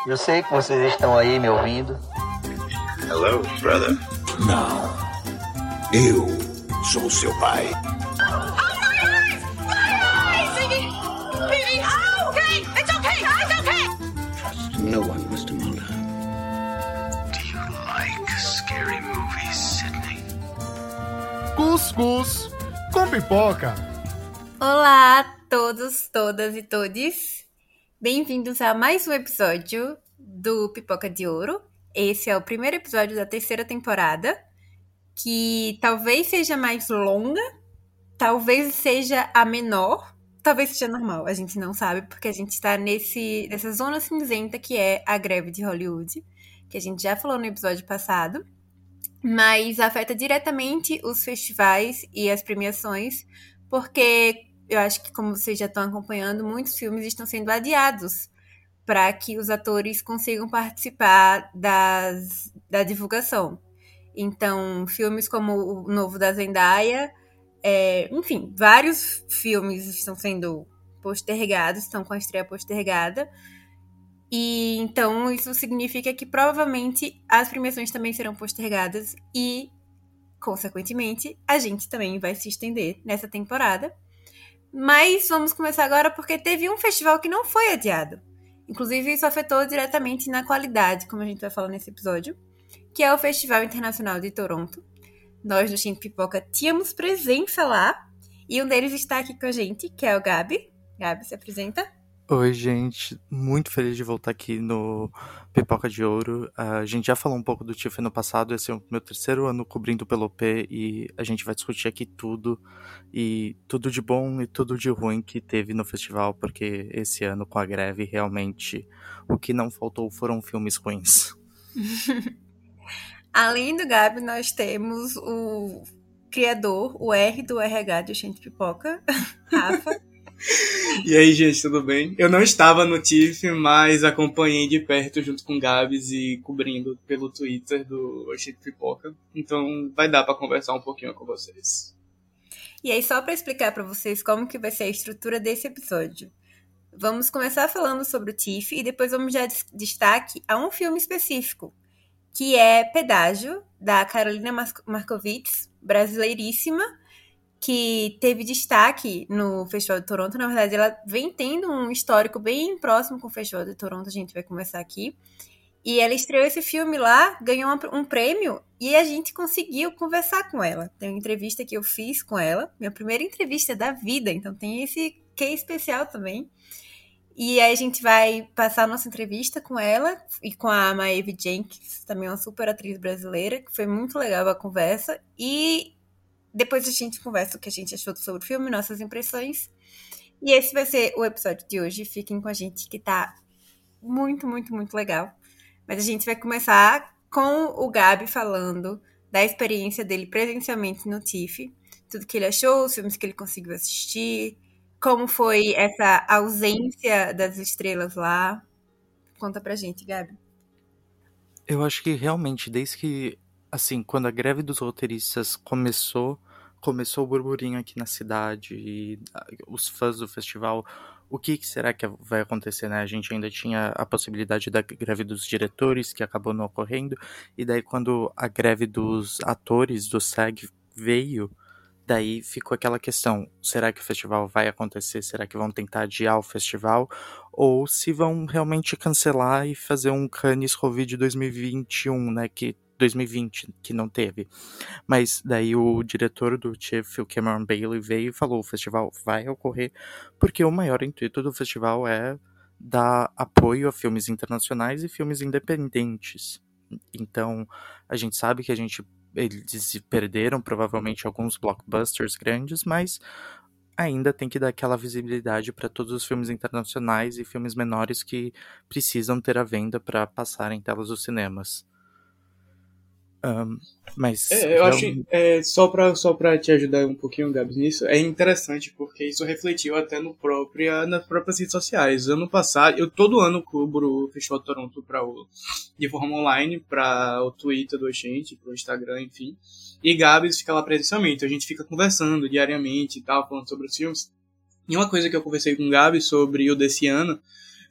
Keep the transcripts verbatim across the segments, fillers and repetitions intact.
Eu sei que vocês estão aí me ouvindo. Hello, brother. Não. Eu sou seu pai. No one, mister Mulder. Do you like scary movies, Sidney? Cuscuz com pipoca. Olá a todos, todas e todes. Bem-vindos a mais um episódio do Pipoca de Ouro. Esse é o primeiro episódio da terceira temporada, que talvez seja mais longa, talvez seja a menor, talvez seja normal, a gente não sabe, porque a gente está nesse, nessa zona cinzenta que é a greve de Hollywood, que a gente já falou no episódio passado, mas afeta diretamente os festivais e as premiações, porque eu acho que, como vocês já estão acompanhando, muitos filmes estão sendo adiados para que os atores consigam participar das, da divulgação. Então, filmes como o novo da Zendaya, é, enfim, vários filmes estão sendo postergados, estão com a estreia postergada. E então isso significa que provavelmente as premiações também serão postergadas e, consequentemente, a gente também vai se estender nessa temporada. Mas vamos começar agora porque teve um festival que não foi adiado. Inclusive, isso afetou diretamente na qualidade, como a gente vai falar nesse episódio, que é o Festival Internacional de Toronto. Nós, do Xinto Pipoca, tínhamos presença lá, e um deles está aqui com a gente, que é o Gabi. Gabi, se apresenta. Oi, gente. Muito feliz de voltar aqui no Pipoca de Ouro. A gente já falou um pouco do T I F no passado, esse é o meu terceiro ano cobrindo pelo P, e a gente vai discutir aqui tudo, e tudo de bom e tudo de ruim que teve no festival, porque esse ano, com a greve, realmente, o que não faltou foram filmes ruins. Além do Gabi, nós temos o criador, o R do R H do Xinto Pipoca, Rafa. E aí, gente, tudo bem? Eu não estava no T I F, mas acompanhei de perto junto com o Gabs e cobrindo pelo Twitter do Xinto Pipoca. Então vai dar para conversar um pouquinho com vocês. E aí, só para explicar para vocês como que vai ser a estrutura desse episódio. Vamos começar falando sobre o T I F e depois vamos dar destaque a um filme específico, que é Pedágio, da Carolina Markovits, brasileiríssima, que teve destaque no Festival de Toronto. Na verdade, ela vem tendo um histórico bem próximo com o Festival de Toronto, a gente vai começar aqui. E ela estreou esse filme lá, ganhou um prêmio, e a gente conseguiu conversar com ela. Tem uma entrevista que eu fiz com ela, minha primeira entrevista da vida, então tem esse case especial também. E aí a gente vai passar a nossa entrevista com ela e com a Maeve Jenkins, também uma super atriz brasileira, que foi muito legal a conversa. E depois a gente conversa o que a gente achou sobre o filme, nossas impressões. E esse vai ser o episódio de hoje. Fiquem com a gente, que tá muito, muito, muito legal. Mas a gente vai começar com o Gabi falando da experiência dele presencialmente no T I F. Tudo que ele achou, os filmes que ele conseguiu assistir, como foi essa ausência das estrelas lá. Conta pra gente, Gabi. Eu acho que realmente, desde que, assim, quando a greve dos roteiristas começou, começou o burburinho aqui na cidade, e os fãs do festival, o que será que vai acontecer, né? A gente ainda tinha a possibilidade da greve dos diretores, que acabou não ocorrendo, e daí quando a greve dos atores do SAG veio, daí ficou aquela questão, será que o festival vai acontecer? Será que vão tentar adiar o festival? Ou se vão realmente cancelar e fazer um Cannes Covid dois mil e vinte e um, né, que dois mil e vinte, que não teve. Mas daí o diretor do T I F, o Cameron Bailey, veio e falou, o festival vai ocorrer, porque o maior intuito do festival é dar apoio a filmes internacionais e filmes independentes. Então, a gente sabe que a gente eles perderam provavelmente alguns blockbusters grandes, mas ainda tem que dar aquela visibilidade para todos os filmes internacionais e filmes menores que precisam ter a venda para passar em telas dos cinemas. Um, mas é, eu acho é, só para só para te ajudar um pouquinho, Gabs, nisso, é interessante porque isso refletiu até no própria, nas próprias redes sociais. Ano passado, eu todo ano cubro o Festival de Toronto pra o, de forma online, para o Twitter do Oxente, para o Instagram, enfim. E Gabs fica lá presencialmente, a gente fica conversando diariamente e tal, falando sobre os filmes. E uma coisa que eu conversei com o Gabs sobre o desse ano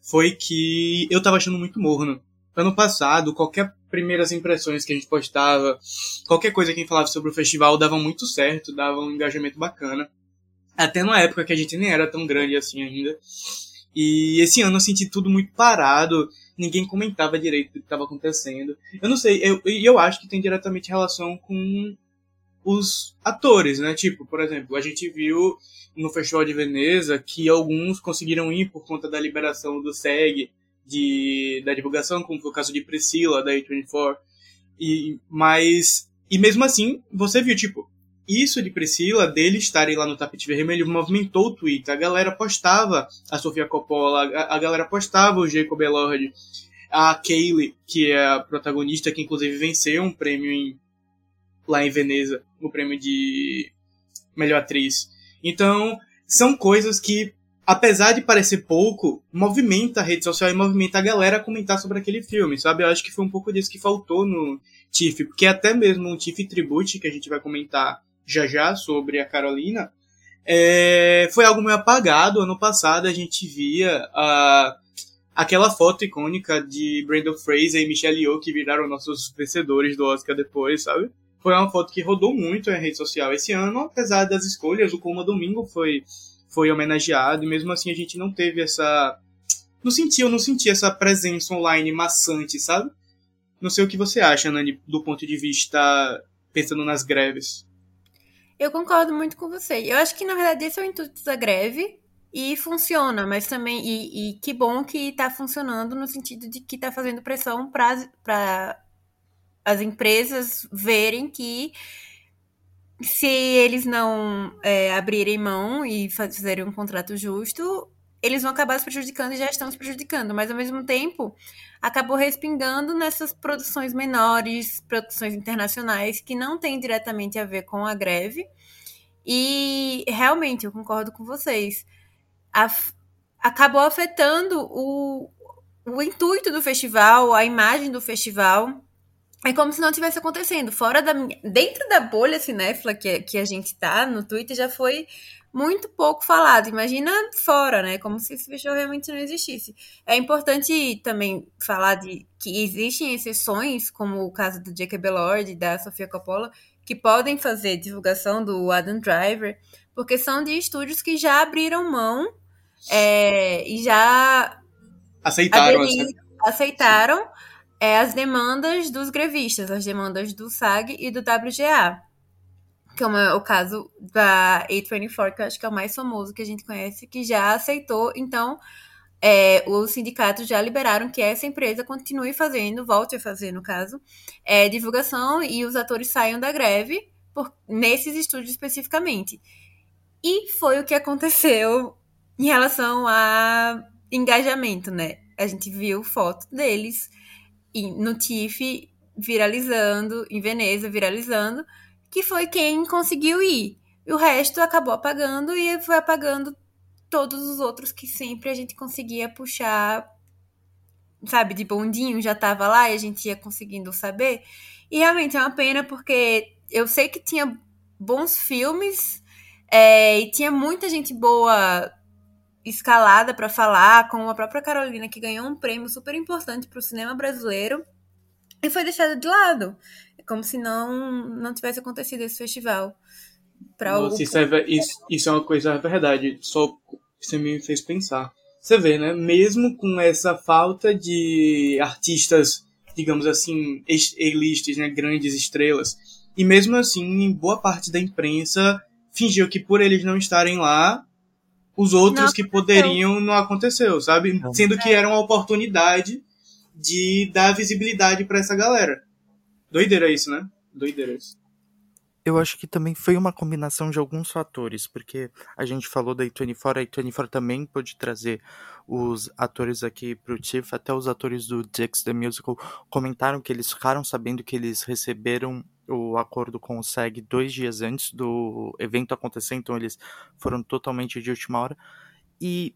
foi que eu tava achando muito morno. Ano passado, qualquer primeiras impressões que a gente postava, qualquer coisa que a gente falava sobre o festival dava muito certo, dava um engajamento bacana. Até numa época que a gente nem era tão grande assim ainda. E esse ano eu senti tudo muito parado, ninguém comentava direito o que estava acontecendo. Eu não sei, eu, eu acho que tem diretamente relação com os atores, né? Tipo, por exemplo, a gente viu no Festival de Veneza que alguns conseguiram ir por conta da liberação do S E G, de, da divulgação, como foi o caso de Priscila, da A vinte e quatro. E, mas, e mesmo assim, você viu, tipo, isso de Priscila, dele estarem lá no tapete vermelho, movimentou o Twitter. A galera postava a Sofia Coppola, a, a galera postava o Jacob Elord, a Kaylee, que é a protagonista, que inclusive venceu um prêmio em, lá em Veneza, no prêmio de melhor atriz. Então, são coisas que, apesar de parecer pouco, movimenta a rede social e movimenta a galera a comentar sobre aquele filme, sabe? Eu acho que foi um pouco disso que faltou no T I F F, porque até mesmo no T I F F Tribute, que a gente vai comentar já já sobre a Carolina, é, foi algo meio apagado. Ano passado a gente via a, aquela foto icônica de Brendan Fraser e Michelle Yeoh, que viraram nossos vencedores do Oscar depois, sabe? Foi uma foto que rodou muito na rede social esse ano, apesar das escolhas. O Coma Domingo foi, foi homenageado, e mesmo assim a gente não teve essa... Não senti, eu não senti essa presença online maçante, sabe? Não sei o que você acha, Nani, do ponto de vista pensando nas greves. Eu concordo muito com você. Eu acho que, na verdade, esse é o intuito da greve e funciona, mas também... E, e que bom que tá funcionando no sentido de que tá fazendo pressão para as empresas verem que se eles não é, abrirem mão e fazerem um contrato justo, eles vão acabar se prejudicando e já estão se prejudicando. Mas, ao mesmo tempo, acabou respingando nessas produções menores, produções internacionais, que não têm diretamente a ver com a greve. E, realmente, eu concordo com vocês. Af- acabou afetando o, o intuito do festival, a imagem do festival. É como se não tivesse acontecendo. Fora da minha... Dentro da bolha cinéfila que, que a gente tá, no Twitter, já foi muito pouco falado. Imagina fora, né? Como se esse festival realmente não existisse. É importante também falar de que existem exceções, como o caso do Jacob Elord e da Sofia Coppola, que podem fazer divulgação do Adam Driver, porque são de estúdios que já abriram mão é, e já Aceitaram. aderiram, aceitaram é, as demandas dos grevistas, as demandas do S A G e do W G A. Como é o caso da A vinte e quatro, que eu acho que é o mais famoso que a gente conhece, que já aceitou. Então, é, os sindicatos já liberaram que essa empresa continue fazendo, volte a fazer, no caso, é, divulgação e os atores saiam da greve por, nesses estúdios especificamente. E foi o que aconteceu em relação a engajamento, né? A gente viu foto deles no T I F F viralizando, em Veneza viralizando, que foi quem conseguiu ir. E o resto acabou apagando e foi apagando todos os outros que sempre a gente conseguia puxar, sabe, de bondinho, já tava lá e a gente ia conseguindo saber. E realmente é uma pena, porque eu sei que tinha bons filmes é, e tinha muita gente boa escalada para falar, como a própria Carolina, que ganhou um prêmio super importante para o cinema brasileiro e foi deixada de lado. É como se não, não tivesse acontecido esse festival. Nossa, o... isso, é, isso, isso é uma coisa verdade. Só você me fez pensar. Você vê, né? Mesmo com essa falta de artistas, digamos assim, A-listas, né? Grandes estrelas, e mesmo assim, boa parte da imprensa fingiu que por eles não estarem lá, os outros não que poderiam não aconteceu, sabe? Não. Sendo que era uma oportunidade de dar visibilidade pra essa galera. Doideira isso, né? Doideira isso. Eu acho que também foi uma combinação de alguns fatores, porque a gente falou da A vinte e quatro, a A vinte e quatro também pôde trazer os atores aqui pro T I F F, até os atores do Dix The Musical comentaram que eles ficaram sabendo que eles receberam o acordo com o S E G dois dias antes do evento acontecer, então eles foram totalmente de última hora, e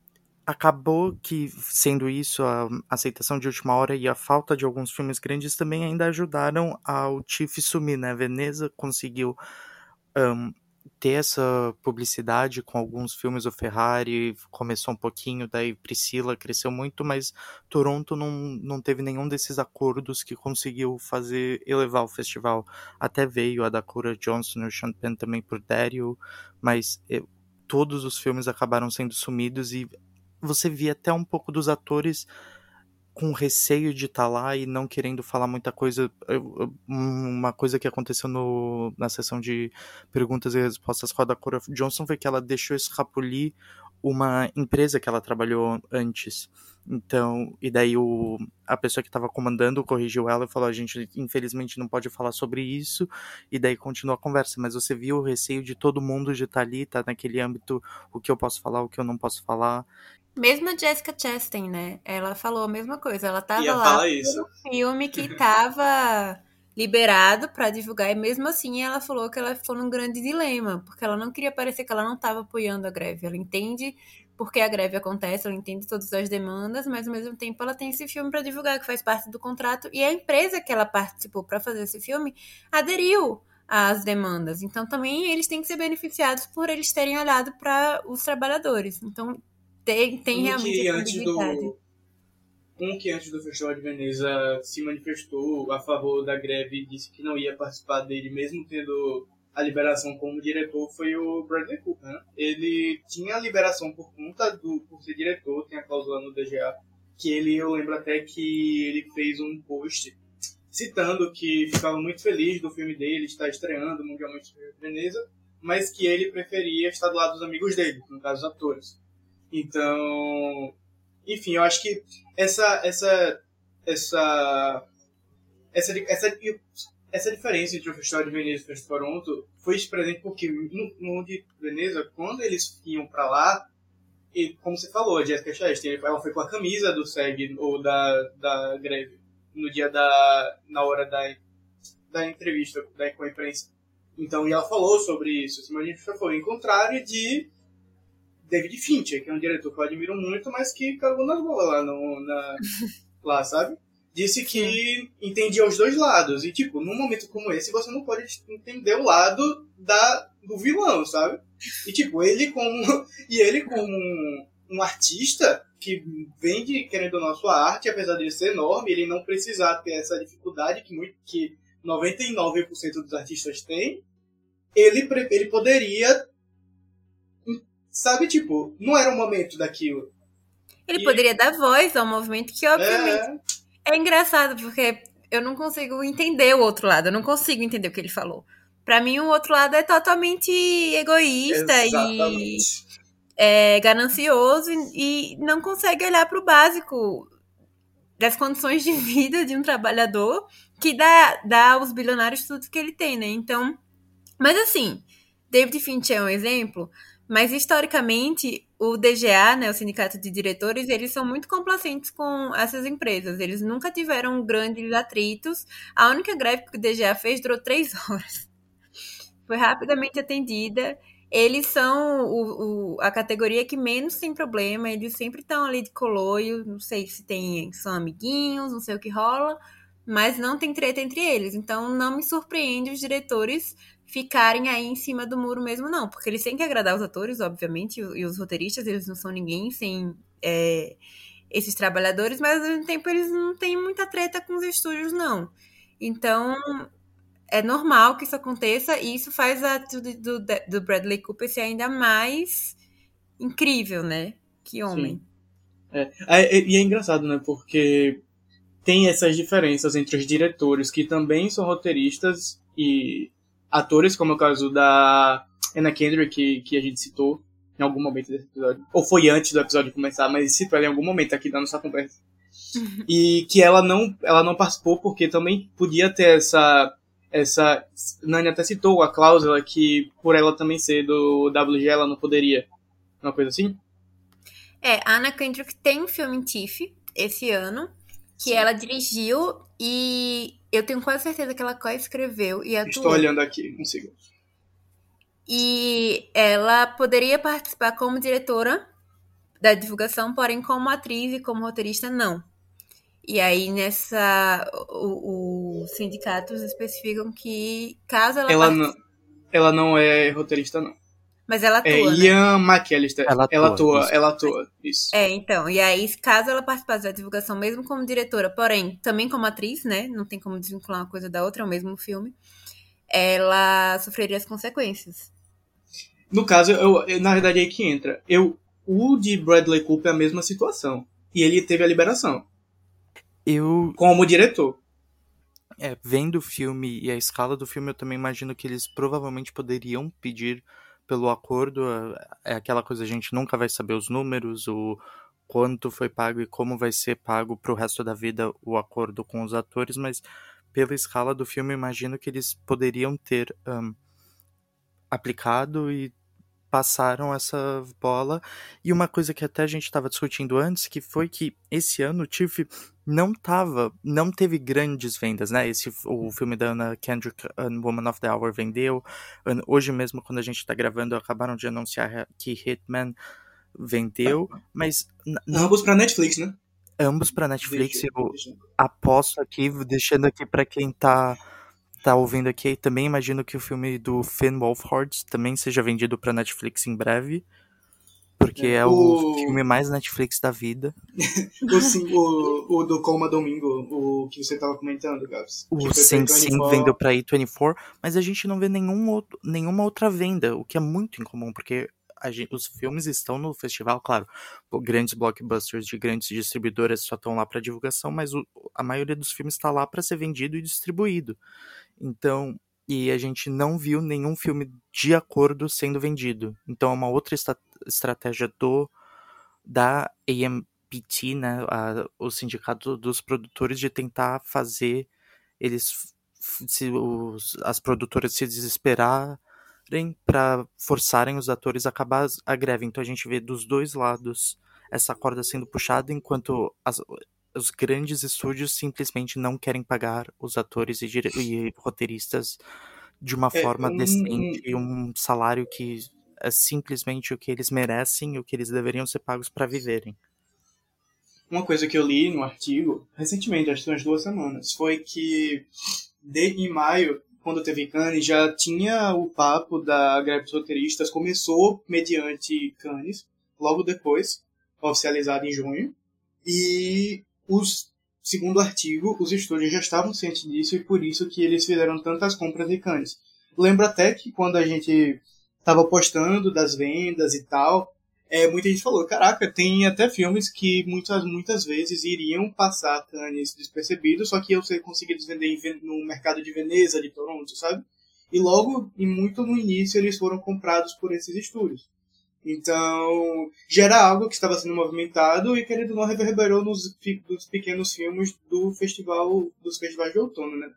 acabou que, sendo isso, a aceitação de última hora e a falta de alguns filmes grandes também ainda ajudaram ao T I F F sumir, né? Veneza conseguiu um, ter essa publicidade com alguns filmes. O Ferrari começou um pouquinho, daí Priscila cresceu muito, mas Toronto não, não teve nenhum desses acordos que conseguiu fazer elevar o festival. Até veio a Dakota Johnson e o Sean Penn também por Daryl, mas eu, todos os filmes acabaram sendo sumidos e você via até um pouco dos atores com receio de estar lá e não querendo falar muita coisa. Uma coisa que aconteceu no, na sessão de perguntas e respostas com a Dakota Johnson foi que ela deixou escapulir uma empresa que ela trabalhou antes. Então, e daí o, a pessoa que estava comandando corrigiu ela e falou: a gente infelizmente não pode falar sobre isso, e daí continuou a conversa. Mas você viu o receio de todo mundo de estar ali, estar naquele âmbito, o que eu posso falar, o que eu não posso falar. Mesmo a Jessica Chastain, né? Ela falou a mesma coisa. Ela tava Ia lá falar isso. no filme que tava liberado pra divulgar. E mesmo assim, ela falou que ela ficou num grande dilema. Porque ela não queria parecer que ela não tava apoiando a greve. Ela entende porque a greve acontece, ela entende todas as demandas, mas ao mesmo tempo ela tem esse filme pra divulgar, que faz parte do contrato. E a empresa que ela participou pra fazer esse filme aderiu às demandas. Então também eles têm que ser beneficiados por eles terem olhado para os trabalhadores. Então Tem, tem Um realmente que essa antes ambiguidade. do um que antes do Festival de Veneza se manifestou a favor da greve e disse que não ia participar dele, mesmo tendo a liberação como diretor, foi o Bradley Cooper, né? Ele tinha a liberação por conta do por ser diretor, tem a cláusula no D G A, que ele, eu lembro até que ele fez um post citando que ficava muito feliz do filme dele estar estreando mundialmente em Veneza, mas que ele preferia estar do lado dos amigos dele, no caso os atores. Então, enfim, eu acho que essa essa essa essa essa, essa diferença entre o Festival de Veneza e o Festival de Toronto foi presente porque no, no de Veneza, quando eles iam pra lá, e como você falou, a Jessica Chastain, ela foi com a camisa do SEG ou da, da greve no dia da na hora da da entrevista da, com a imprensa. Então, e ela falou sobre isso. Assim, a gente foi em contrário de David Fincher, que é um diretor que eu admiro muito, mas que cagou nas bolas lá, no, na, lá, sabe? Disse que entendia os dois lados. E, tipo, num momento como esse, você não pode entender o lado da, do vilão, sabe? E, tipo, ele como... E ele como um, um artista que vende, querendo ou não, a sua arte, apesar de ser enorme, ele não precisar ter essa dificuldade que, muito, que noventa e nove por cento dos artistas têm, ele, ele poderia... Sabe, tipo, não era o momento daquilo. Ele e... poderia dar voz ao movimento, que obviamente é... é engraçado, porque eu não consigo entender o outro lado, eu não consigo entender o que ele falou. Pra mim, o outro lado é totalmente egoísta Exatamente. e é, ganancioso e, e não consegue olhar pro básico das condições de vida de um trabalhador que dá, dá aos bilionários tudo que ele tem, né? Então, mas assim, David Fincher é um exemplo... Mas, historicamente, o D G A, né, o Sindicato de Diretores, eles são muito complacentes com essas empresas. Eles nunca tiveram grandes atritos. A única greve que o D G A fez durou três horas. Foi rapidamente atendida. Eles são o, o, a categoria que menos tem problema. Eles sempre estão ali de coloio. Não sei se tem, são amiguinhos, não sei o que rola. Mas não tem treta entre eles. Então, não me surpreende os diretores ficarem aí em cima do muro mesmo, não. Porque eles têm que agradar os atores, obviamente, e os roteiristas, eles não são ninguém sem é, esses trabalhadores, mas ao mesmo tempo eles não têm muita treta com os estúdios, não. Então, é normal que isso aconteça, e isso faz a atitude do, do Bradley Cooper ser ainda mais incrível, né? Que homem. É. É, e é engraçado, né? Porque tem essas diferenças entre os diretores, que também são roteiristas, e atores, como é o caso da Anna Kendrick, que, que a gente citou em algum momento desse episódio. Ou foi antes do episódio começar, mas citou ela em algum momento aqui da nossa conversa. Uhum. E que ela não, ela não participou porque também podia ter essa... essa Nani até citou a cláusula que, por ela também ser do W G, ela não poderia. Uma coisa assim? É, a Anna Kendrick tem um filme em TIFF esse ano, que Sim. ela dirigiu, e eu tenho quase certeza que ela co-escreveu e atuou. Estou olhando aqui, um segundo. E ela poderia participar como diretora da divulgação, porém como atriz e como roteirista, não. E aí, nessa... Os sindicatos especificam que, caso ela... Ela participe... não, Ela não é roteirista, não. Mas ela atua, É né? Ian McAllister. Ela Ela atua, atua, isso. ela atua. Isso. É, então, e aí, caso ela participasse da divulgação, mesmo como diretora, porém, também como atriz, né? Não tem como desvincular uma coisa da outra, é o mesmo filme. Ela sofreria as consequências. No caso, eu, eu- na verdade é aí que entra. Eu, o de Bradley Cooper é a mesma situação. E ele teve a liberação. Eu, Como diretor. é, vendo o filme e a escala do filme, eu também imagino que eles provavelmente poderiam pedir pelo acordo. É é aquela coisa, a gente nunca vai saber os números, o quanto foi pago e como vai ser pago pro resto da vida o acordo com os atores, mas pela escala do filme, eu imagino que eles poderiam ter ahn, aplicado e passaram essa bola. E uma coisa que até a gente estava discutindo antes, que foi que esse ano o Tiff não tava, não teve grandes vendas, né? Esse, o filme da Anna Kendrick, An Woman of the Hour, vendeu. An- Hoje mesmo, quando a gente está gravando, acabaram de anunciar que Hitman vendeu, mas n- não Ambos pra Netflix, né? ambos para Netflix. Deixa, Eu deixa. aposto aqui, deixando aqui para quem tá tá ouvindo aqui, também imagino que o filme do Finn Wolfhard também seja vendido pra Netflix em breve, porque é, É, o o- filme mais Netflix da vida. O, sim, o, o do Coma Domingo, o que você tava comentando, Gabs. O Que foi Sing pra Sing vinte e quatro. vendeu pra A vinte e quatro, mas a gente não vê nenhum outro, nenhuma outra venda, o que é muito incomum, porque a gente- os filmes estão no festival, claro, pô, grandes blockbusters de grandes distribuidoras só estão lá pra divulgação, mas o- a maioria dos filmes está lá pra ser vendido e distribuído. Então, e a gente não viu nenhum filme de acordo sendo vendido. Então é uma outra esta- estratégia do da A M P T, né, a- o sindicato dos produtores, de tentar fazer eles f- se os- as produtoras se desesperarem para forçarem os atores a acabar as- a greve. Então a gente vê dos dois lados essa corda sendo puxada, enquanto as- os grandes estúdios simplesmente não querem pagar os atores e, dire- e roteiristas de uma É, forma um- decente, um salário que é simplesmente o que eles merecem, o que eles deveriam ser pagos para viverem. Uma coisa que eu li no artigo, recentemente, acho que umas duas semanas, foi que de, em maio, quando teve Cannes, já tinha o papo da greve dos roteiristas, começou mediante Cannes, logo depois, oficializado em junho, e os, segundo o artigo, os estúdios já estavam cientes disso e por isso que eles fizeram tantas compras em Cannes. Lembro até que quando a gente estava postando das vendas e tal, é, muita gente falou, caraca, tem até filmes que muitas, muitas vezes iriam passar Cannes despercebidos, só que eu sei conseguir vender em Ven- no mercado de Veneza, de Toronto, sabe? E logo, e muito no início, eles foram comprados por esses estúdios. Então, já era algo que estava sendo movimentado e, querendo ou não, reverberou nos, fi- nos pequenos filmes do festival, dos festivais de outono, né?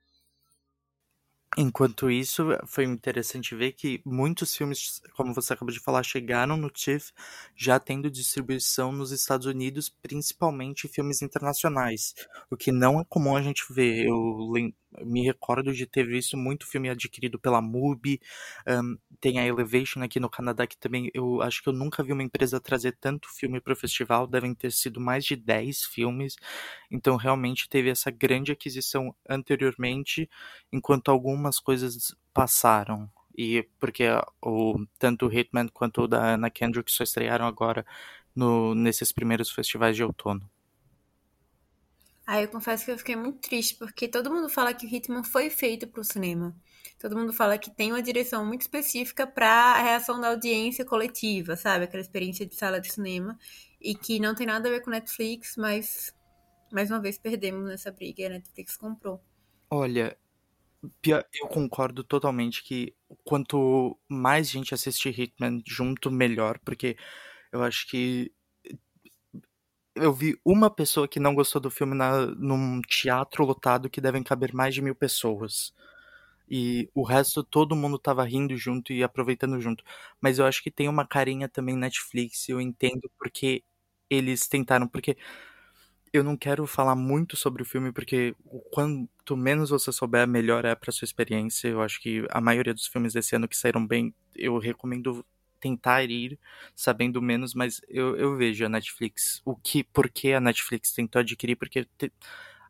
Enquanto isso, foi interessante ver que muitos filmes, como você acabou de falar, chegaram no TIFF já tendo distribuição nos Estados Unidos, principalmente filmes internacionais, o que não é comum a gente ver. Eu lem- me recordo de ter visto muito filme adquirido pela MUBI, ahn, tem a Elevation aqui no Canadá, que também eu acho que eu nunca vi uma empresa trazer tanto filme para o festival, devem ter sido mais de dez filmes, então realmente teve essa grande aquisição anteriormente, enquanto algumas coisas passaram. E porque o, tanto o Hitman quanto o da Anna Kendrick só estrearam agora no, nesses primeiros festivais de outono. Ah, eu confesso que eu fiquei muito triste, porque todo mundo fala que o Hitman foi feito pro cinema. Todo mundo fala que tem uma direção muito específica pra reação da audiência coletiva, sabe? Aquela experiência de sala de cinema. E que não tem nada a ver com Netflix, mas mais uma vez perdemos nessa briga e a Netflix comprou. Olha, pior- eu concordo totalmente que quanto mais gente assistir Hitman junto, melhor, porque eu acho que eu vi uma pessoa que não gostou do filme na, num teatro lotado que devem caber mais de mil pessoas. E o resto, todo mundo tava rindo junto e aproveitando junto. Mas eu acho que tem uma carinha também Netflix, e eu entendo porque eles tentaram. Porque eu não quero falar muito sobre o filme, porque o quanto menos você souber, melhor é pra sua experiência. Eu acho que a maioria dos filmes desse ano que saíram bem, eu recomendo tentar ir sabendo menos, mas eu, eu vejo a Netflix, o que, por que a Netflix tentou adquirir, porque te-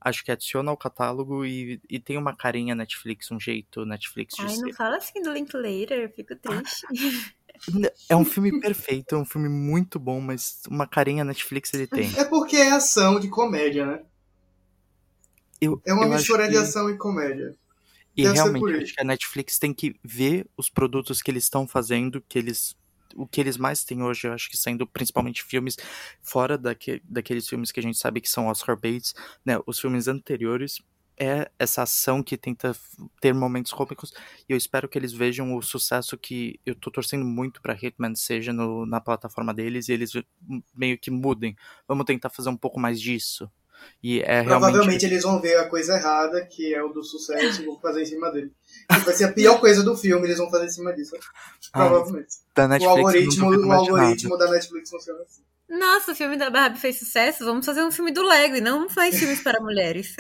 acho que adiciona ao catálogo e, e tem uma carinha Netflix, um jeito Netflix de Ai, não ser. fala assim do Linklater, eu fico triste. É um filme perfeito, é um filme muito bom, mas uma carinha Netflix ele tem. É porque é ação de comédia, né? Eu, É uma eu mistura acho de que... ação e comédia. E Deve ser realmente, por eu isso. acho que a Netflix tem que ver os produtos que eles estão fazendo, que eles, o que eles mais têm hoje, eu acho que sendo principalmente filmes fora daque, daqueles filmes que a gente sabe que são Oscar baits, né? Os filmes anteriores é essa ação que tenta ter momentos cômicos, e eu espero que eles vejam o sucesso que eu tô torcendo muito pra Hitman seja no, na plataforma deles, e eles meio que mudem. Vamos tentar fazer um pouco mais disso. E é realmente... Provavelmente eles vão ver a coisa errada, que é o do sucesso, e vão fazer em cima dele. Que vai ser a pior coisa do filme, eles vão fazer em cima disso. Provavelmente. Da O Netflix, algoritmo, eu não duvido o mais de nada. algoritmo da Netflix funciona assim. Nossa, o filme da Barbie fez sucesso, vamos fazer um filme do Lego e não faz filmes para mulheres.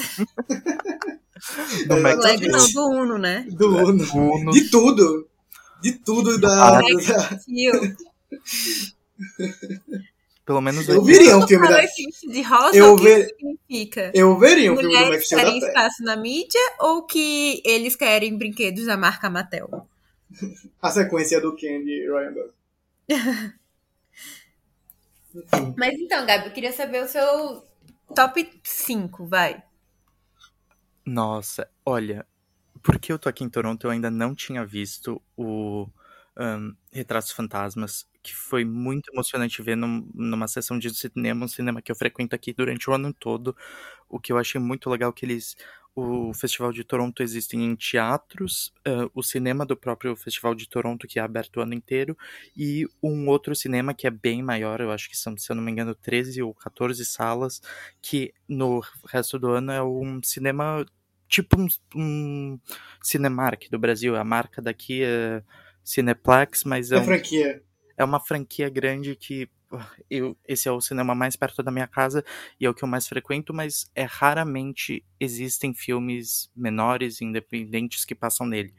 Do É, Max Do Lego Steel. não, do Uno, né? Do Uno. Uno. De tudo. De tudo da... Ah. da... Tio. Pelo menos Eu viria um filme Falou da... esse vestido de rosa, Eu o que ver- isso significa? Eu veria um filme do Max Mulheres Steel da querem Terra. espaço na mídia ou que eles querem brinquedos da marca Mattel? A sequência do Ken de Ryan Gosling. Mas então, Gabi, eu queria saber o seu top cinco, vai. Nossa, olha, porque eu tô aqui em Toronto, eu ainda não tinha visto o um, Retratos Fantasmas, que foi muito emocionante ver num, numa sessão de cinema, um cinema que eu frequento aqui durante o ano todo. O que eu achei muito legal que eles... O Festival de Toronto existe em teatros, uh, o cinema do próprio Festival de Toronto, que é aberto o ano inteiro, e um outro cinema que é bem maior, eu acho que são, se eu não me engano, treze ou quatorze salas, que no resto do ano é um cinema tipo um, um Cinemark do Brasil. A marca daqui é Cineplex, mas é, É um, franquia. é uma franquia grande que... Eu, esse é o cinema mais perto da minha casa e é o que eu mais frequento, mas é raramente existem filmes menores, independentes que passam nele.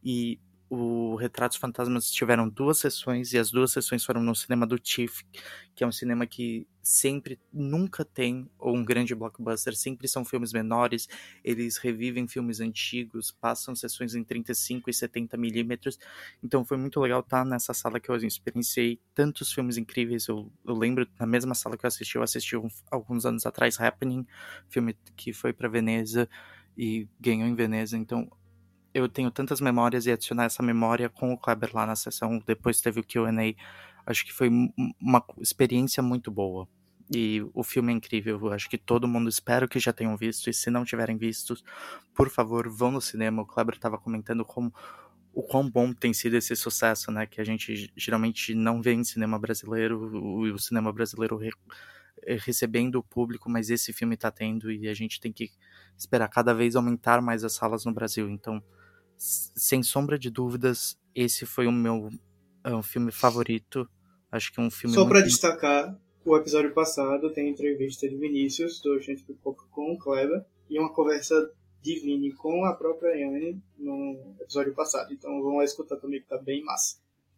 E o Retratos Fantasmas tiveram duas sessões, e as duas sessões foram no cinema do T I F F, que é um cinema que sempre, nunca tem um grande blockbuster, sempre são filmes menores, eles revivem filmes antigos, passam sessões em trinta e cinco e setenta milímetros, então foi muito legal estar nessa sala que eu experienciei tantos filmes incríveis. Eu, eu lembro, na mesma sala que eu assisti, eu assisti um, alguns anos atrás Happening, filme que foi para Veneza e ganhou em Veneza, então eu tenho tantas memórias, e adicionar essa memória com o Kleber lá na sessão, depois teve o Q and A, acho que foi uma experiência muito boa. E o filme é incrível, eu acho que todo mundo, espero que já tenham visto, e se não tiverem visto, por favor, vão no cinema. O Kleber estava comentando como, o quão bom tem sido esse sucesso, né, que a gente geralmente não vê em cinema brasileiro, o, o cinema brasileiro re, recebendo o público, mas esse filme está tendo, e a gente tem que esperar cada vez aumentar mais as salas no Brasil. Então, sem sombra de dúvidas, esse foi o meu um, filme favorito. Acho que é um filme Só muito... pra destacar, o episódio passado tem entrevista de Vinícius, do Gente Pipoca, com o Kleber, e uma conversa de Vini com a própria Yane no episódio passado. Então vão lá escutar também, que tá bem massa.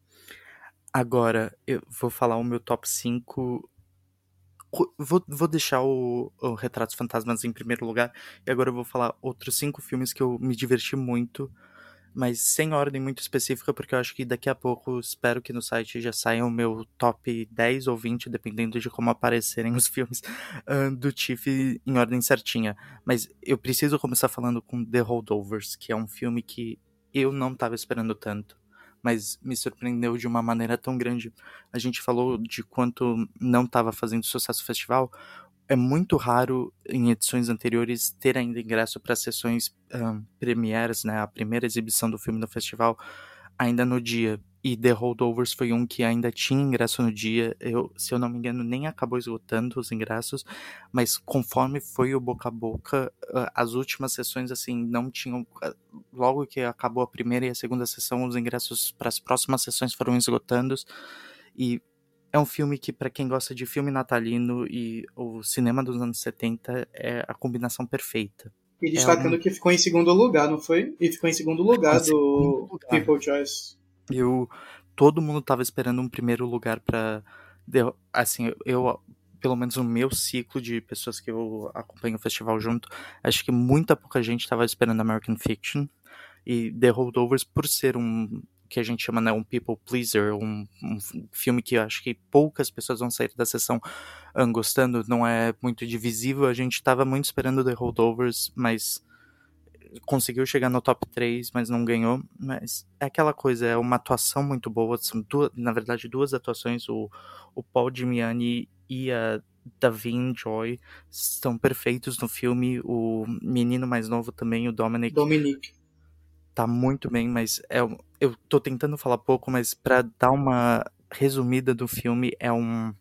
Agora, eu vou falar o meu top cinco... Vou, vou deixar o, o Retratos Fantasmas em primeiro lugar, e agora eu vou falar outros cinco filmes que eu me diverti muito, mas sem ordem muito específica, porque eu acho que daqui a pouco, espero que no site já saia o meu top dez ou vinte, dependendo de como aparecerem os filmes uh, do T I F F em ordem certinha. Mas eu preciso começar falando com The Holdovers, que é um filme que eu não estava esperando tanto, mas me surpreendeu de uma maneira tão grande. A gente falou de quanto não estava fazendo sucesso o festival. É muito raro, em edições anteriores, ter ainda ingresso para sessões um, premieres, né, a primeira exibição do filme no festival, ainda no dia. E The Holdovers foi um que ainda tinha ingresso no dia. Eu, se eu não me engano, nem acabou esgotando os ingressos, mas conforme foi o boca a boca, as últimas sessões, assim, não tinham... Logo que acabou a primeira e a segunda sessão, os ingressos para as próximas sessões foram esgotando. E é um filme que, para quem gosta de filme natalino e o cinema dos anos setenta, é a combinação perfeita. E destacando é um... que ficou em segundo lugar, não foi? E ficou em segundo lugar do segundo lugar. People's Choice. Eu, todo mundo tava esperando um primeiro lugar pra... Assim, eu pelo menos no meu ciclo de pessoas que eu acompanho o festival junto, acho que muita pouca gente estava esperando American Fiction. E The Holdovers, por ser um que a gente chama, né, um people pleaser, um, um filme que eu acho que poucas pessoas vão sair da sessão um, gostando, não é muito divisível, a gente estava muito esperando The Holdovers, mas conseguiu chegar no top três, mas não ganhou. Mas é aquela coisa, é uma atuação muito boa, são duas, na verdade duas atuações, o, o Paul Damiani e a Davine Joy estão perfeitos no filme, o menino mais novo também, o Dominic, Dominic. tá muito bem, mas é, eu tô tentando falar pouco, mas pra dar uma resumida do filme, é um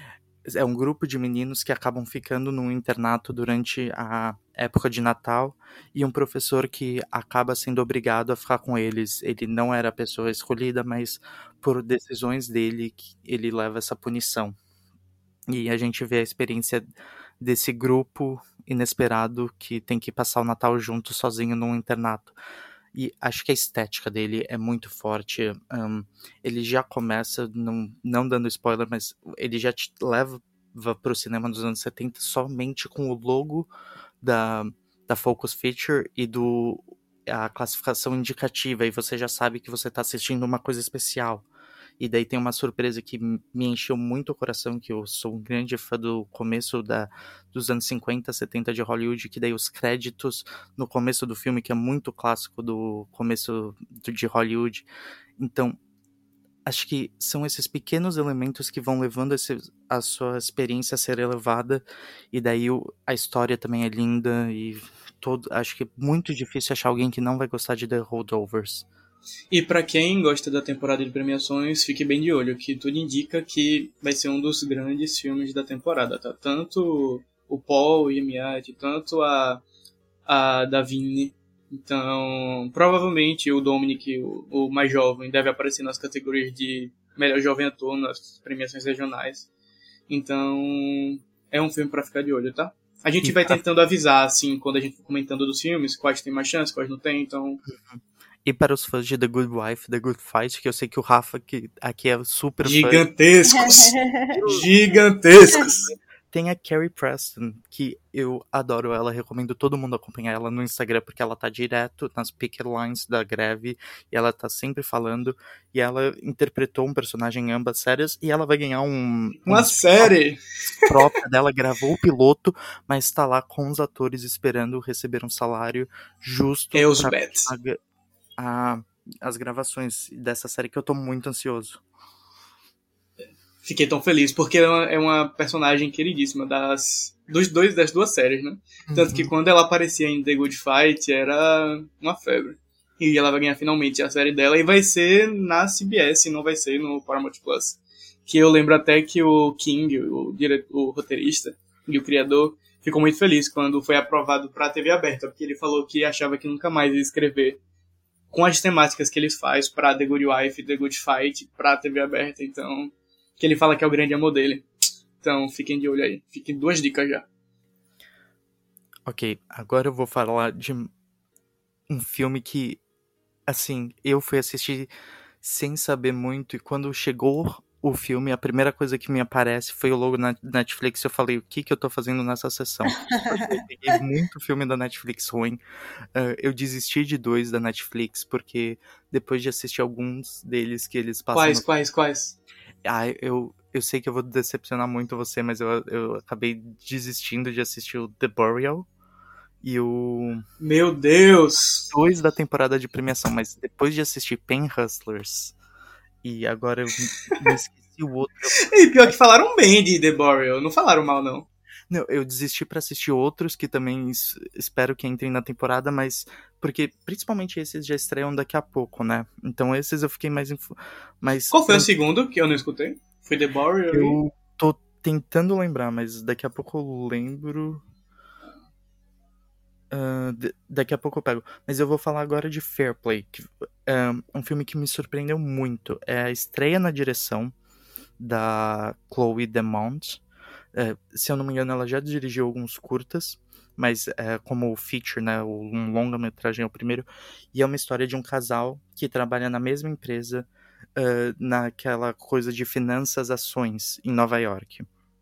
é um grupo de meninos que acabam ficando num internato durante a época de Natal e um professor que acaba sendo obrigado a ficar com eles. Ele não era a pessoa escolhida, mas por decisões dele ele leva essa punição. E a gente vê a experiência desse grupo inesperado que tem que passar o Natal junto sozinho num internato. E acho que a estética dele é muito forte. Um, ele já começa, não, não dando spoiler, mas ele já te leva pro cinema dos anos setenta somente com o logo da, da Focus Feature e do, a classificação indicativa. E você já sabe que você está assistindo uma coisa especial. E daí tem uma surpresa que me encheu muito o coração, que eu sou um grande fã do começo da, dos anos cinquenta, setenta de Hollywood, que daí os créditos no começo do filme, que é muito clássico do começo do, de Hollywood. Então, acho que são esses pequenos elementos que vão levando esse, a sua experiência a ser elevada, e daí o, a história também é linda, e todo, acho que é muito difícil achar alguém que não vai gostar de The Holdovers. E pra quem gosta da temporada de premiações, fique bem de olho, que tudo indica que vai ser um dos grandes filmes da temporada, tá? Tanto o Paul e a Miati, tanto a, a Davine. Então, provavelmente o Dominic, o, o mais jovem, deve aparecer nas categorias de melhor jovem ator nas premiações regionais. Então, é um filme pra ficar de olho, tá? A gente vai tentando avisar, assim, quando a gente for comentando dos filmes, quais tem mais chance, quais não tem, então... E para os fãs de The Good Wife, The Good Fight, que eu sei que o Rafa que aqui é super Gigantescos! Gigantescos! Tem a Carrie Preston, que eu adoro ela, recomendo todo mundo acompanhar ela no Instagram, porque ela tá direto nas picket lines da greve, e ela tá sempre falando, e ela interpretou um personagem em ambas séries, e ela vai ganhar um... Uma série! própria dela, gravou o piloto, mas tá lá com os atores esperando receber um salário justo Elsbeth. pra A, as gravações dessa série, que eu tô muito ansioso. Fiquei tão feliz, porque ela é uma personagem queridíssima das, dos dois, das duas séries, né? Uhum. Tanto que quando ela aparecia em The Good Fight, era uma febre. E ela vai ganhar finalmente a série dela, e vai ser na C B S, não vai ser no Paramount Plus. Que eu lembro até que o King, o, diretor, o roteirista e o criador, ficou muito feliz quando foi aprovado pra T V aberta, porque ele falou que achava que nunca mais ia escrever com as temáticas que eles fazem pra The Good Wife e The Good Fight pra T V aberta, então... que ele fala que é o grande amor dele. Então, fiquem de olho aí. Fiquem duas dicas já. Ok, agora eu vou falar de um filme que, assim, eu fui assistir sem saber muito, e quando chegou o filme, a primeira coisa que me aparece foi o logo na Netflix. Eu falei, o que que eu tô fazendo nessa sessão? Eu peguei muito filme da Netflix ruim. Uh, eu desisti de dois da Netflix, porque depois de assistir alguns deles que eles passam... Quais, no... quais, quais? Ah, eu, eu sei que eu vou decepcionar muito você, mas eu, eu acabei desistindo de assistir o The Burial e o... Meu Deus! Dois da temporada de premiação, mas depois de assistir Pen Hustlers... E agora eu me esqueci o outro. E pior que falaram bem de The Burial, não falaram mal, não. Não, eu desisti pra assistir outros que também espero que entrem na temporada, mas... Porque principalmente esses já estreiam daqui a pouco, né? Então esses eu fiquei mais... Inf... mais Qual foi o segundo que eu não escutei? Foi The Burial? Eu tô tentando lembrar, mas daqui a pouco eu lembro... Uh, d- daqui a pouco eu pego. Mas eu vou falar agora de Fair Play, que é um filme que me surpreendeu muito. É a estreia na direção da Chloe Demont. É, se eu não me engano, ela já dirigiu alguns curtas, mas é, como feature, né, um longa-metragem é o primeiro. E é uma história de um casal que trabalha na mesma empresa, uh, naquela coisa de finanças ações em Nova York.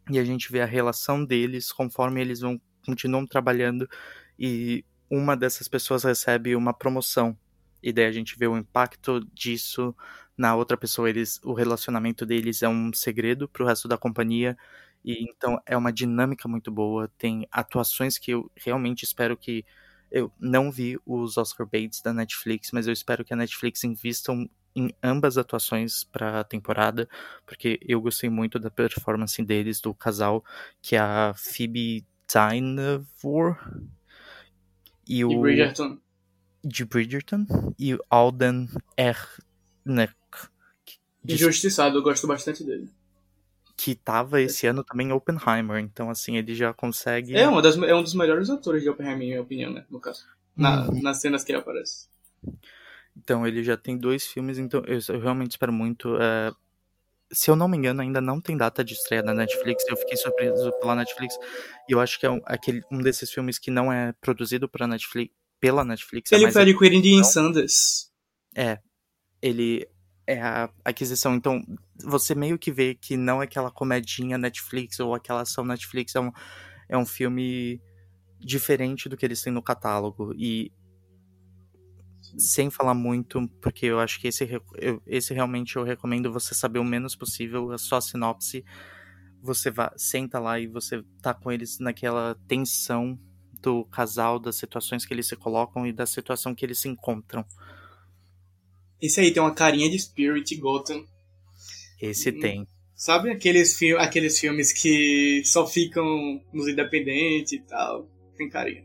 e a gente vê a relação deles conforme eles vão continuam trabalhando e uma dessas pessoas recebe uma promoção. E daí a gente vê o impacto disso na outra pessoa. Eles, o relacionamento deles é um segredo pro resto da companhia. E então é uma dinâmica muito boa. Tem atuações que eu realmente espero que... Eu não vi os Oscar baits da Netflix, mas eu espero que a Netflix invista em ambas atuações pra temporada, porque eu gostei muito da performance deles, do casal, que é a Phoebe Dynevor e o... E Bridgerton. de Bridgerton e o Alden Ehrenreich, que, Injustiçado, eu gosto bastante dele. que tava esse ano também em Oppenheimer, então assim, ele já consegue... É, uma das, é um dos melhores atores de Oppenheimer, em minha opinião, né, no caso. Na, Uhum. Nas cenas que ele aparece. Então ele já tem dois filmes, então eu, eu realmente espero muito. É... Se eu não me engano, ainda não tem data de estreia na Netflix, eu fiquei surpreso pela Netflix, e eu acho que é um, aquele, um desses filmes que não é produzido pra Netflix, pela Netflix. Ele é mais adquiriu de Ian Sanders. É, ele é a aquisição, então você meio que vê que não é aquela comedinha Netflix ou aquela ação Netflix, é um, é um filme diferente do que eles têm no catálogo, e sem falar muito, porque eu acho que esse, eu, esse realmente eu recomendo você saber o menos possível, é só a sinopse, você vai, senta lá e você tá com eles naquela tensão do casal, das situações que eles se colocam e da situação que eles se encontram. Esse aí tem uma carinha de Spirit, Gotham. Esse hum, tem. Sabe aqueles, fi- aqueles filmes que só ficam nos independentes e tal? Tem carinha.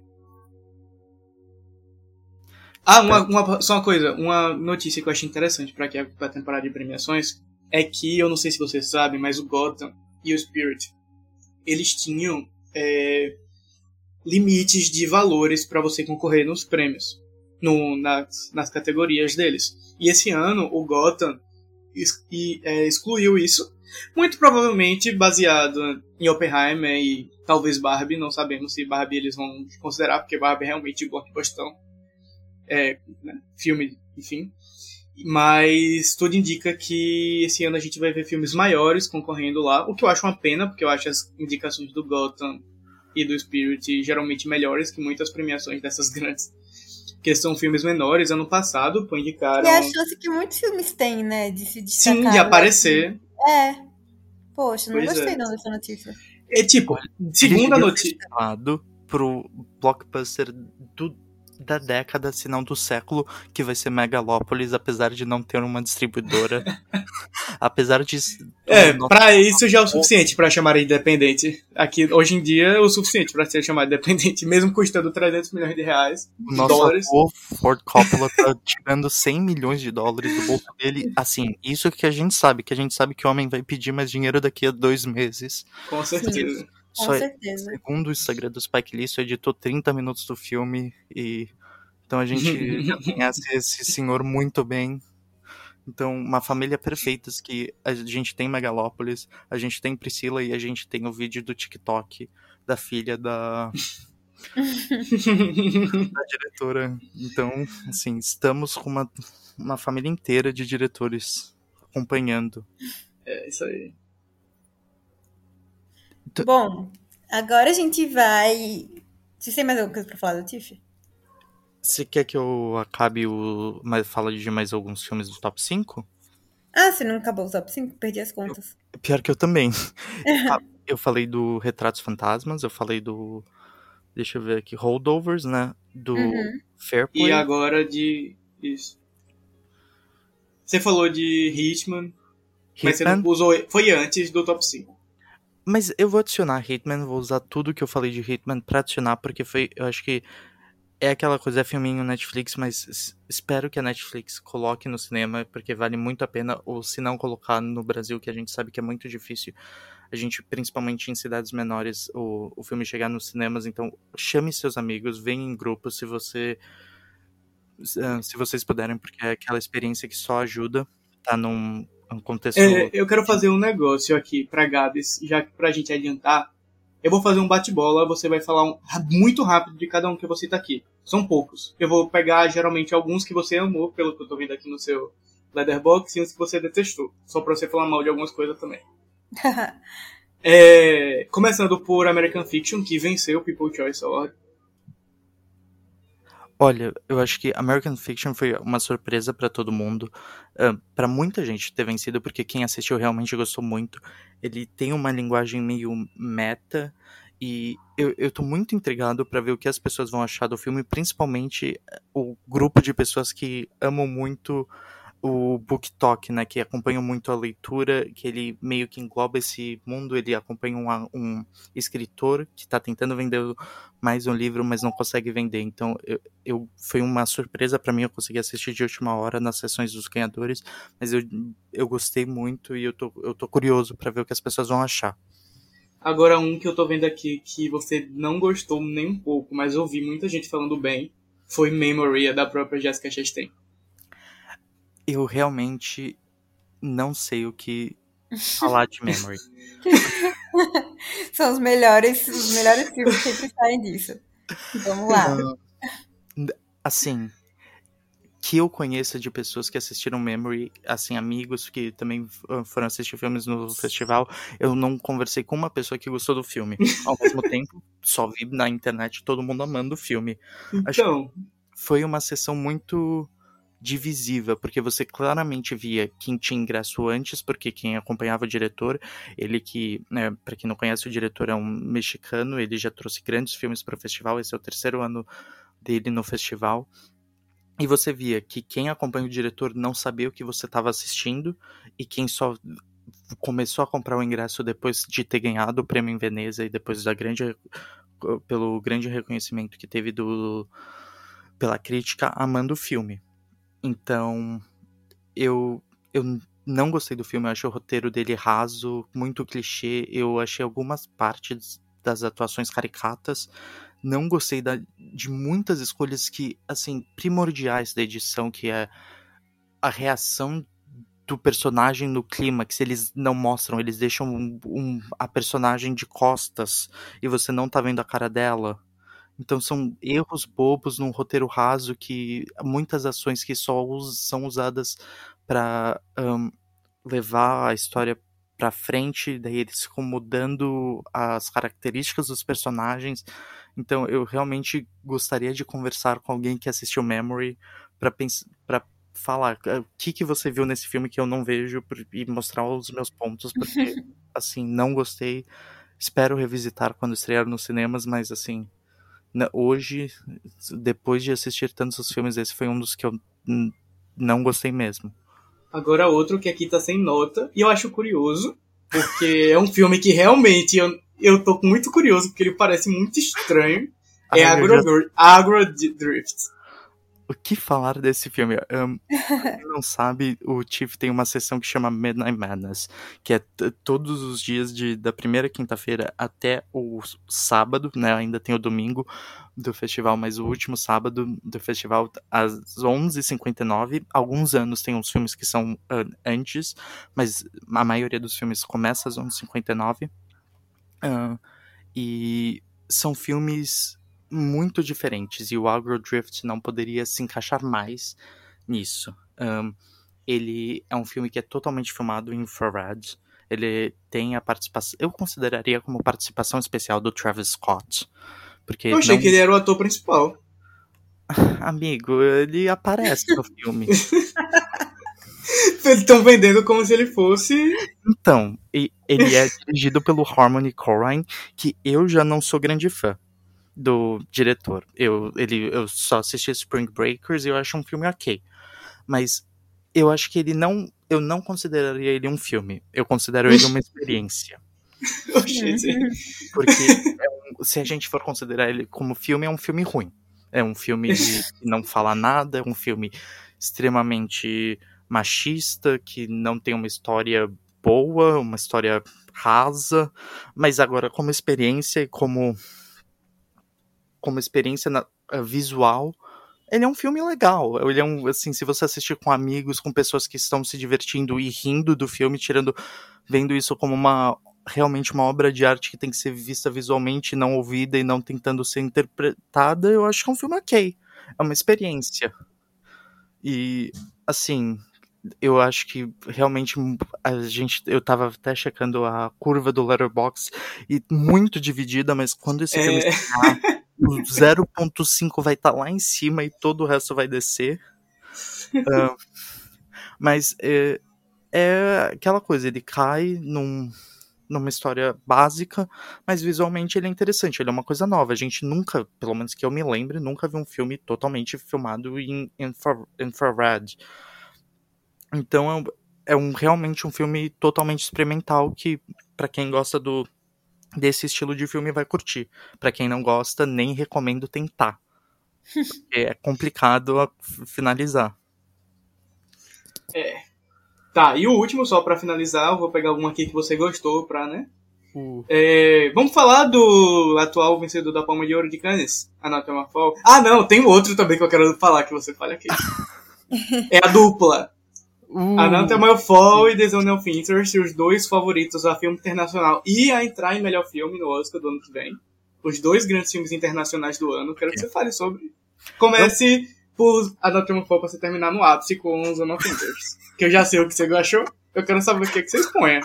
Ah, uma, uma, só uma coisa. Uma notícia que eu achei interessante pra, aqui, pra temporada de premiações é que, eu não sei se vocês sabem, mas o Gotham e o Spirit, eles tinham é, limites de valores pra você concorrer nos prêmios. No, nas, nas categorias deles. E esse ano o Gotham ex, e, é, excluiu isso, muito provavelmente baseado em Oppenheimer e talvez Barbie, não sabemos se Barbie eles vão considerar, porque Barbie é realmente blockbuster, é, né, filme, enfim. Mas tudo indica que esse ano a gente vai ver filmes maiores concorrendo lá, o que eu acho uma pena, porque eu acho as indicações do Gotham e do Spirit geralmente melhores que muitas premiações dessas grandes, que são filmes menores. Ano passado, pô, indicaram... E é a chance que muitos filmes têm, né, de se destacar. Sim, de aparecer. É. Poxa, não Pois gostei é. não dessa notícia. É tipo, segunda notícia... chamado pro blockbuster do, da década, se não do século, que vai ser Megalopolis, apesar de não ter uma distribuidora. Apesar de... É, nosso... pra isso já é o suficiente pra chamar de independente. Aqui, hoje em dia, é o suficiente pra ser chamado de independente, mesmo custando trezentos milhões de reais, de Nosso dólares. avô Ford Coppola tá tirando cem milhões de dólares do bolso dele. Assim, isso que a gente sabe, que a gente sabe que o homem vai pedir mais dinheiro daqui a dois meses. Com certeza. Com Só, certeza. segundo o Instagram do Spike Lee, só editou trinta minutos do filme e... Então a gente já conhece esse senhor muito bem. Então, uma família perfeita, que a gente tem Megalópolis, a gente tem Priscila e a gente tem o vídeo do TikTok da filha da, da diretora. Então, assim, estamos com uma, uma família inteira de diretores acompanhando. É, isso aí. Bom, agora a gente vai... Você tem mais alguma coisa pra falar do Tiff? Você quer que eu acabe o... Mas fala de mais alguns filmes do top cinco? Ah, você não acabou o top cinco? Perdi as contas. Eu, pior que eu também. Eu falei do Retratos Fantasmas, eu falei do... Deixa eu ver aqui. Holdovers, né? Do Uhum. Fair Play. E agora de... Isso. Você falou de Hitman, mas você não usou... Foi antes do top cinco. Mas eu vou adicionar Hitman, vou usar tudo que eu falei de Hitman pra adicionar, porque foi... Eu acho que é aquela coisa, é filminho Netflix, mas espero que a Netflix coloque no cinema, porque vale muito a pena, ou se não colocar no Brasil, que a gente sabe que é muito difícil, a gente, principalmente em cidades menores, o, o filme chegar nos cinemas. Então chame seus amigos, venha em grupo, se você se vocês puderem, porque é aquela experiência que só ajuda, tá num, num contexto... É, eu quero fazer um negócio aqui pra Gabs, já que pra gente adiantar. Eu vou fazer um bate-bola, você vai falar um, muito rápido de cada um que você tá aqui. São poucos. Eu vou pegar, geralmente, alguns que você amou, pelo que eu tô vendo aqui no seu Letterboxd, e uns que você detestou. Só pra você falar mal de algumas coisas também. É, começando por American Fiction, que venceu o People's Choice Award. Olha, eu acho que American Fiction foi uma surpresa pra todo mundo. Uh, pra muita gente ter vencido, porque quem assistiu realmente gostou muito. Ele tem uma linguagem meio meta, e eu, eu tô muito intrigado pra ver o que as pessoas vão achar do filme, principalmente o grupo de pessoas que amam muito o Book Talk, né, que acompanham muito a leitura, que ele meio que engloba esse mundo. Ele acompanha um, um escritor que está tentando vender mais um livro, mas não consegue vender. Então, eu, eu foi uma surpresa para mim. Eu consegui assistir de última hora nas sessões dos ganhadores, mas eu, eu gostei muito e eu tô, eu tô curioso para ver o que as pessoas vão achar. Agora, um que eu tô vendo aqui que você não gostou nem um pouco, mas ouvi muita gente falando bem, foi Memory, da própria Jessica Chastain. Eu realmente não sei o que falar de Memory. São os melhores, os melhores filmes que sempre saem disso. Vamos lá. Assim, que eu conheça de pessoas que assistiram Memory, assim, amigos que também foram assistir filmes no festival, eu não conversei com uma pessoa que gostou do filme. Ao mesmo tempo, só vi na internet todo mundo amando o filme. Então, Acho que foi uma sessão muito divisiva, porque você claramente via quem tinha ingresso antes, porque quem acompanhava o diretor, ele que, né, para quem não conhece, o diretor é um mexicano, ele já trouxe grandes filmes para o festival, esse é o terceiro ano dele no festival, e você via que quem acompanha o diretor não sabia o que você estava assistindo, e quem só começou a comprar o ingresso depois de ter ganhado o prêmio em Veneza e depois da grande, pelo grande reconhecimento que teve do, pela crítica, amando o filme. Então, eu, eu não gostei do filme. Eu achei o roteiro dele raso, muito clichê. Eu achei algumas partes das atuações caricatas. Não gostei da, de muitas escolhas que, assim, primordiais da edição, que é a reação do personagem no clímax. Eles não mostram, eles deixam um, um, a personagem de costas e você não tá vendo a cara dela. Então são erros bobos num roteiro raso, que muitas ações que só us- são usadas para um, levar a história para frente, daí eles ficam mudando as características dos personagens. Então eu realmente gostaria de conversar com alguém que assistiu Memory para pensar, para falar o que, que você viu nesse filme que eu não vejo e mostrar os meus pontos, porque assim, não gostei. Espero revisitar quando estrear nos cinemas, mas assim, hoje, depois de assistir tantos filmes, esse foi um dos que eu n- não gostei mesmo. agora outro que aqui tá sem nota, e eu acho curioso, porque é um filme que realmente eu, eu tô muito curioso, porque ele parece muito estranho. É Ah, eu já- Agro, Agro Drift. O que falar desse filme? Um, pra quem não sabe, o Tiff tem uma sessão que chama Midnight Madness, que é t- todos os dias de, da primeira quinta-feira até o sábado, né? Ainda tem o domingo do festival, mas o último sábado do festival às onze e cinquenta e nove. Alguns anos tem uns filmes que são uh, antes, mas a maioria dos filmes começa às onze e cinquenta e nove. Uh, e são filmes muito diferentes, e o Agro Drift não poderia se encaixar mais nisso. Um, ele é um filme que é totalmente filmado em infrared. Ele tem a participação, eu consideraria como participação especial do Travis Scott, porque Eu achei não... que ele era o ator principal. Amigo, ele aparece no filme. Eles estão vendendo como se ele fosse... Então, e- ele é dirigido pelo Harmony Korine, que eu já não sou grande fã do diretor. Eu, ele, eu só assisti Spring Breakers e eu acho um filme ok. Mas eu acho que ele não... Eu não consideraria ele um filme. Eu considero ele uma experiência. Oxente. Porque é um- se a gente for considerar ele como filme, é um filme ruim. É um filme de- que não fala nada, é um filme extremamente machista, que não tem uma história boa, uma história rasa, mas agora como experiência e como, como experiência na- eh, visual, ele é um filme legal. Ele é um, assim, se você assistir com amigos, com pessoas que estão se divertindo e rindo do filme, tirando, vendo isso como uma realmente uma obra de arte que tem que ser vista visualmente, não ouvida e não tentando ser interpretada, eu acho que é um filme ok. É uma experiência. E, assim, eu acho que realmente a gente, eu tava até checando a curva do Letterboxd e muito dividida, mas quando esse filme É... estrear, o zero ponto cinco vai estar lá em cima e todo o resto vai descer. Uh, mas é, é aquela coisa, ele cai num, numa história básica, mas visualmente ele é interessante, ele é uma coisa nova. A gente nunca, pelo menos que eu me lembre, nunca viu um filme totalmente filmado em infra, infrared. Então é, um, é um, realmente um filme totalmente experimental que, pra quem gosta do, desse estilo de filme, vai curtir. Pra quem não gosta, nem recomendo tentar. Porque é complicado a finalizar. É. Tá, e o último, só pra finalizar, eu vou pegar algum aqui que você gostou pra, né? Uh. É, vamos falar do atual vencedor da Palma de Ouro de Cannes, Anatomy of a Fall. Ah, não, tem outro também que eu quero falar, que você fale aqui. É a dupla. Uh. Anatomy of a Fall e The Zone of Interest, os dois favoritos a filme internacional e a entrar em melhor filme no Oscar do ano que vem. Os dois grandes filmes internacionais do ano. Quero que você fale sobre. Comece por Anatomy of a Fall pra você terminar no ápice com Zone of Interest. Que eu já sei o que você achou. Eu quero saber o que, é que você exponha.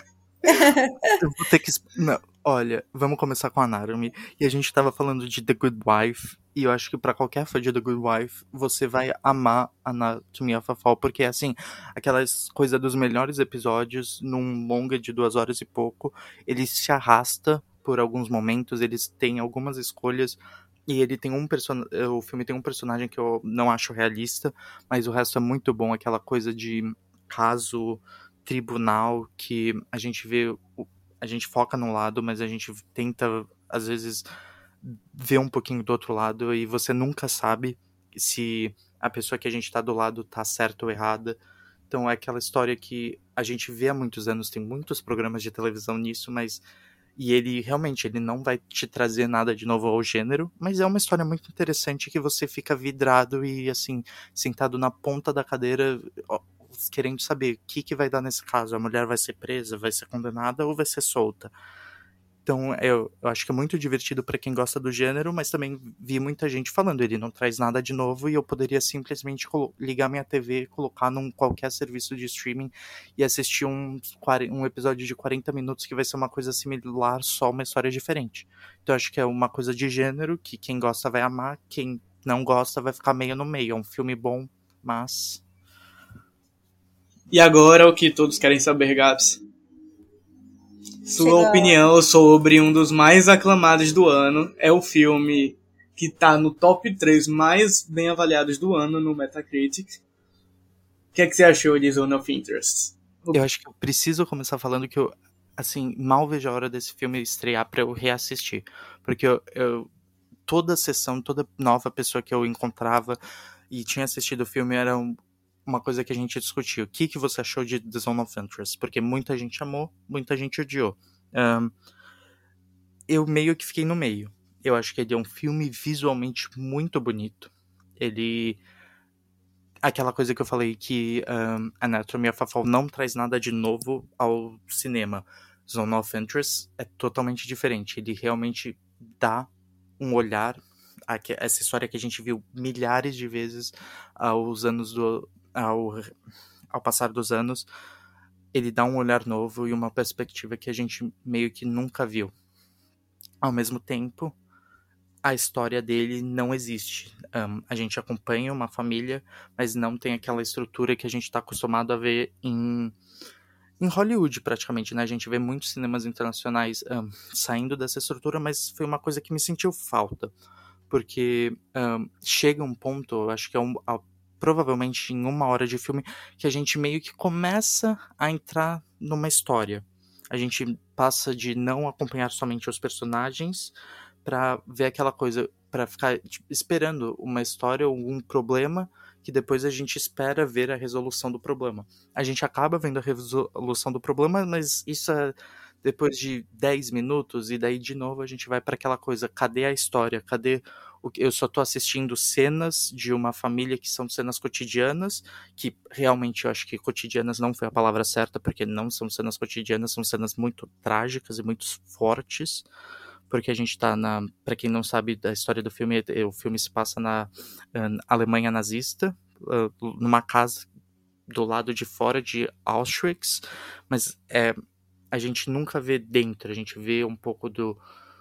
Eu vou ter que... Não, olha, vamos começar com Anatomy. E a gente tava falando de The Good Wife. E eu acho que pra qualquer fã de The Good Wife, você vai amar Anatomy of a Fall. Porque, assim, aquelas coisas dos melhores episódios, num longa de duas horas e pouco, ele se arrasta por alguns momentos, eles têm algumas escolhas. E ele tem um personagem. O filme tem um personagem que eu não acho realista, mas o resto é muito bom. Aquela coisa de caso, tribunal, que a gente vê. A gente foca num lado, mas a gente tenta, às vezes, ver um pouquinho do outro lado. E você nunca sabe se a pessoa que a gente tá do lado tá certa ou errada. Então é aquela história que a gente vê há muitos anos. Tem muitos programas de televisão nisso, mas. E ele, realmente, ele não vai te trazer nada de novo ao gênero, mas é uma história muito interessante que você fica vidrado e, assim, sentado na ponta da cadeira, ó, querendo saber o que, que vai dar nesse caso. A mulher vai ser presa, vai ser condenada ou vai ser solta? Então, eu, eu acho que é muito divertido para quem gosta do gênero, mas também vi muita gente falando, ele não traz nada de novo e eu poderia simplesmente ligar minha T V, colocar num qualquer serviço de streaming e assistir um, um episódio de quarenta minutos que vai ser uma coisa similar, só uma história diferente. Então, eu acho que é uma coisa de gênero que quem gosta vai amar, quem não gosta vai ficar meio no meio. É um filme bom, mas... E agora o que todos querem saber, Gabs? Sua Chegou. opinião sobre um dos mais aclamados do ano. É o filme que tá no top três mais bem avaliados do ano no Metacritic. O que é que você achou de Zone of Interest? Eu acho que eu preciso começar falando que eu, assim, mal vejo a hora desse filme estrear pra eu reassistir. Porque eu, eu toda sessão, toda nova pessoa que eu encontrava e tinha assistido o filme era um, uma coisa que a gente discutiu. O que, que você achou de The Zone of Interest? Porque muita gente amou, muita gente odiou. Um, eu meio que fiquei no meio. Eu acho que ele é um filme visualmente muito bonito. Ele... Aquela coisa que eu falei que um, Anatomy of a Fall não traz nada de novo ao cinema. Zone of Interest é totalmente diferente. Ele realmente dá um olhar... Essa história que a gente viu milhares de vezes aos anos do... Ao, ao passar dos anos, ele dá um olhar novo e uma perspectiva que a gente meio que nunca viu. Ao mesmo tempo, a história dele não existe. Um, a gente acompanha uma família, mas não tem aquela estrutura que a gente está acostumado a ver em, em Hollywood, praticamente, né? A gente vê muitos cinemas internacionais um, saindo dessa estrutura, mas foi uma coisa que me sentiu falta. Porque um, chega um ponto, eu acho que é um... provavelmente em uma hora de filme, que a gente meio que começa a entrar numa história. A gente passa de não acompanhar somente os personagens pra ver aquela coisa, pra ficar tipo, esperando uma história ou um problema, que depois a gente espera ver a resolução do problema. A gente acaba vendo a resolução do problema, mas isso é depois de dez minutos, e daí de novo a gente vai pra aquela coisa, cadê a história? Cadê... Eu só tô assistindo cenas de uma família que são cenas cotidianas, que realmente eu acho que cotidianas não foi a palavra certa, porque não são cenas cotidianas, são cenas muito trágicas e muito fortes, porque a gente tá na... Pra quem não sabe da história do filme, o filme se passa na uh, Alemanha nazista, uh, numa casa do lado de fora de Auschwitz, mas é, a gente nunca vê dentro, a gente vê um pouco do